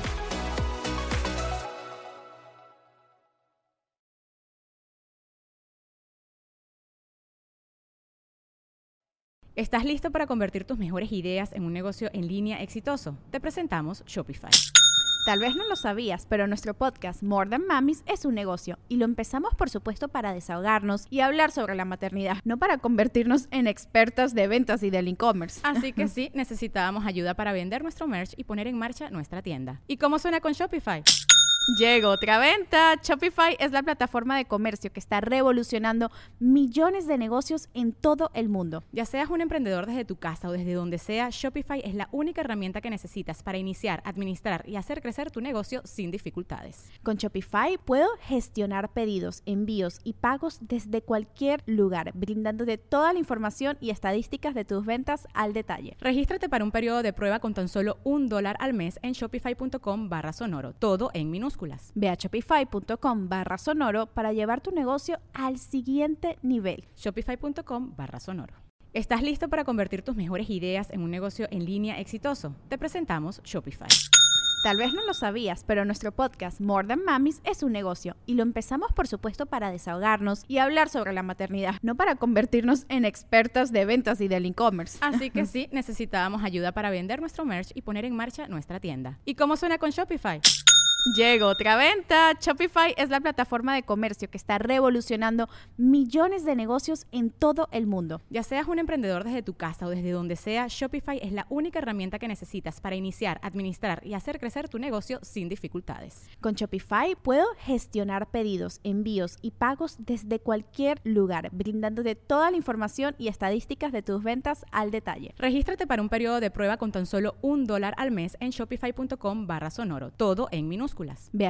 [SPEAKER 1] ¿Estás listo para convertir tus mejores ideas en un negocio en línea exitoso? Te presentamos Shopify.
[SPEAKER 2] Tal vez no lo sabías, pero nuestro podcast More Than Mamis es un negocio y lo empezamos por supuesto para desahogarnos y hablar sobre la maternidad, no para convertirnos en expertas de ventas y del e-commerce.
[SPEAKER 1] Así que sí, necesitábamos ayuda para vender nuestro merch y poner en marcha nuestra tienda. ¿Y cómo suena con Shopify?
[SPEAKER 2] Llegó otra venta. Shopify es la plataforma de comercio que está revolucionando millones de negocios en todo el mundo.
[SPEAKER 1] Ya seas un emprendedor desde tu casa o desde donde sea, Shopify es la única herramienta que necesitas para iniciar, administrar y hacer crecer tu negocio sin dificultades.
[SPEAKER 2] Con Shopify puedo gestionar pedidos, envíos y pagos desde cualquier lugar, brindándote toda la información y estadísticas de tus ventas al detalle.
[SPEAKER 1] Regístrate para un periodo de prueba con tan solo $1 al mes en shopify.com/sonoro, todo en minúsculas.
[SPEAKER 2] Ve a shopify.com/sonoro para llevar tu negocio al siguiente nivel.
[SPEAKER 1] Shopify.com/sonoro. ¿Estás listo para convertir tus mejores ideas en un negocio en línea exitoso? Te presentamos Shopify.
[SPEAKER 2] Tal vez no lo sabías, pero nuestro podcast More Than Mamis es un negocio y lo empezamos por supuesto para desahogarnos y hablar sobre la maternidad, no para convertirnos en expertas de ventas y del e-commerce.
[SPEAKER 1] Así que sí, necesitábamos ayuda para vender nuestro merch y poner en marcha nuestra tienda. ¿Y cómo suena con Shopify?
[SPEAKER 2] Llegó otra venta. Shopify es la plataforma de comercio que está revolucionando millones de negocios en todo el mundo.
[SPEAKER 1] Ya seas un emprendedor desde tu casa o desde donde sea, Shopify es la única herramienta que necesitas para iniciar, administrar y hacer crecer tu negocio sin dificultades.
[SPEAKER 2] Con Shopify puedo gestionar pedidos, envíos y pagos desde cualquier lugar, brindándote toda la información y estadísticas de tus ventas al detalle.
[SPEAKER 1] Regístrate para un periodo de prueba con tan solo $1 al mes en shopify.com/sonoro, todo en minúsculas.
[SPEAKER 2] Ve a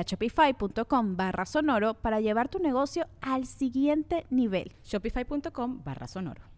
[SPEAKER 2] shopify.com/sonoro para llevar tu negocio al siguiente nivel.
[SPEAKER 1] Shopify.com/sonoro.